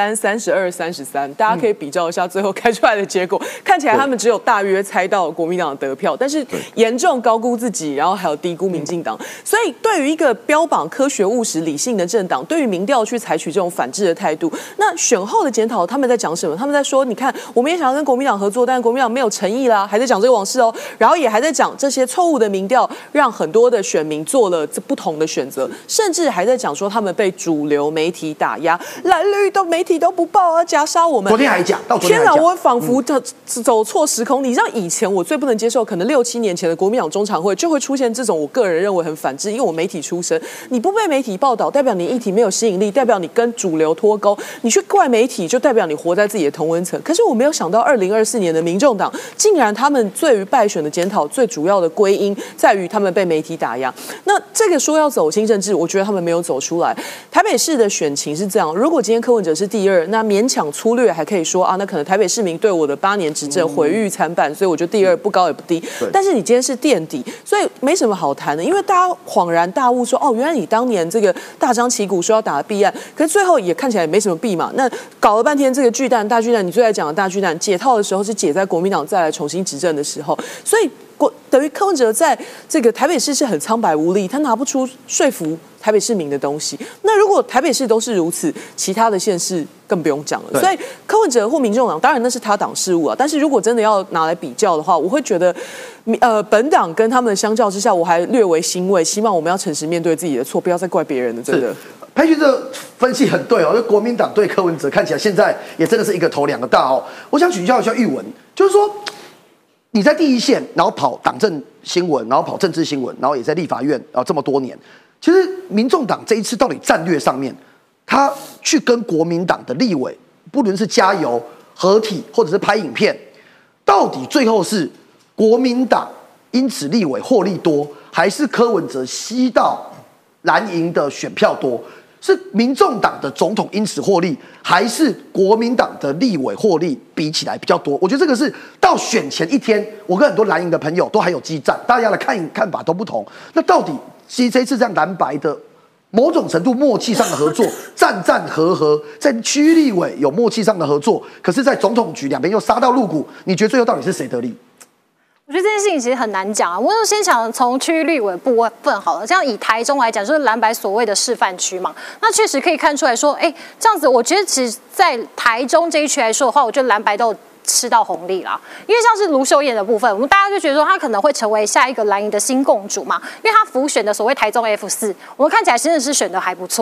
33、32、33，大家可以比较一下最后开出来的结果。看起来他们只有大约猜到国民党的得票，但是严重高估自己，然后还有低估民进党。所以对于一个标榜科学务实、理性的政党，对于民调去采取这种反制的态度，那选后的检讨他们在讲什么？他们在说，你看我们也想要跟国民党合作。但国民党没有诚意啦，还在讲这个往事然后也还在讲这些错误的民调，让很多的选民做了不同的选择，甚至还在讲说他们被主流媒体打压，蓝绿的媒体都不报啊，夹杀我们。 昨天还讲，到昨天天哪，我仿佛走错时空。你知道以前我最不能接受，可能6、7年前的国民党中常会就会出现这种，我个人认为很反智，因为我媒体出身，你不被媒体报道，代表你议题没有吸引力，代表你跟主流脱钩，你去怪媒体，就代表你活在自己的同温层。可是我没有想到2024年的民众党竟然他们对于败选的检讨最主要的归因在于他们被媒体打压。那这个说要走新政治，我觉得他们没有走出来。台北市的选情是这样，如果今天柯文哲是第2，那勉强粗略还可以说啊，那可能台北市民对我的8年执政毁誉参半，所以我觉得第2不高也不低。但是你今天是垫底，所以没什么好谈的，因为大家恍然大悟说，原来你当年这个大张旗鼓说要打弊案，可是最后也看起来也没什么弊嘛。那搞了半天这个大巨蛋，你最爱讲的大巨蛋解套的时候是解在国民党再来重新执政的时候，所以等于柯文哲在这个台北市是很苍白无力，他拿不出说服台北市民的东西。那如果台北市都是如此，其他的县市更不用讲了。所以柯文哲或民众党，当然那是他党事务啊。但是如果真的要拿来比较的话，我会觉得，本党跟他们相较之下，我还略为欣慰。希望我们要诚实面对自己的错，不要再怪别人了。真的。 佩君这分析很对就国民党对柯文哲看起来现在也真的是一个头2个大我想请教一下玉文，就是说你在第一线，然后跑党政新闻，然后跑政治新闻，然后也在立法院这么多年，其实民众党这一次到底战略上面，他去跟国民党的立委，不论是加油、合体或者是拍影片，到底最后是国民党因此立委获利多，还是柯文哲吸到蓝营的选票多？是民众党的总统因此获利，还是国民党的立委获利比起来比较多？我觉得这个是到选前一天，我跟很多蓝营的朋友都还有激战，大家的看法都不同。那到底其实这次这样蓝白的某种程度默契上的合作，战和，在区立委有默契上的合作，可是在总统局两边又杀到入骨，你觉得最后到底是谁得利？ 我觉得这件事情其实很难讲啊。我就先想从区域立委部分好了，这样以台中来讲，就是蓝白所谓的示范区嘛。那确实可以看出来说，这样子，我觉得其实，在台中这一区来说的话，我觉得蓝白都有吃到红利啦。因为像是卢秀燕的部分，我们大家就觉得说，她可能会成为下一个蓝营的新共主嘛，因为她辅选的所谓台中F4，我们看起来真的是选的还不错。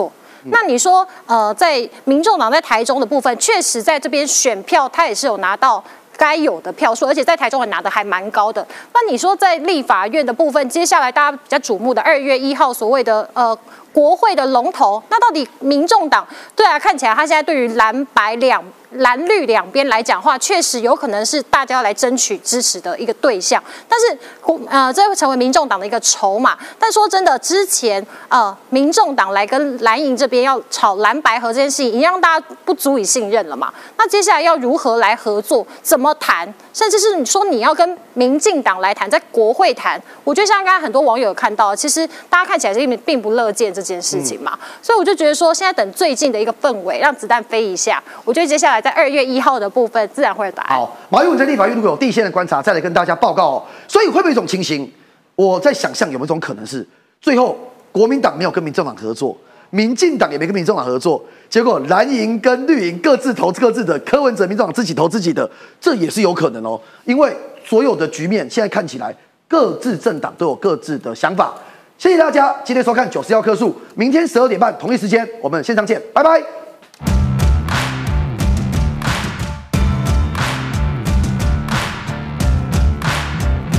那你说，在民众党在台中的部分，确实在这边选票，他也是有拿到该有的票数，而且在台中也拿的还蛮高的。那你说在立法院的部分，接下来大家比较瞩目的2月1号所谓的国会的龙头，那到底民众党对啊，看起来他现在对于蓝绿两边来讲话，确实有可能是大家来争取支持的一个对象，但是这会成为民众党的一个筹码。但说真的，之前民众党来跟蓝营这边要炒蓝白合这件事情，已经让大家不足以信任了嘛。那接下来要如何来合作，怎么谈，甚至是你说你要跟民进党来谈，在国会谈，我觉得像刚才很多网友有看到，其实大家看起来是并不乐见这件事情嘛。所以我就觉得说，现在等最近的一个氛围，让子弹飞一下，我觉得接下来在2月1号的部分，自然会有答案。 好，马英九在立法院如果有第一线的观察，再来跟大家报告哦。所以会不会有一种情形？我在想象有没有一种可能是，最后国民党没有跟民众党合作，民进党也没跟民众党合作，结果蓝营跟绿营各自投各自的，柯文哲民众党自己投自己的，这也是有可能哦。因为所有的局面现在看起来，各自政党都有各自的想法。谢谢大家今天收看91棵树，明天12点半同一时间我们线上见，拜拜。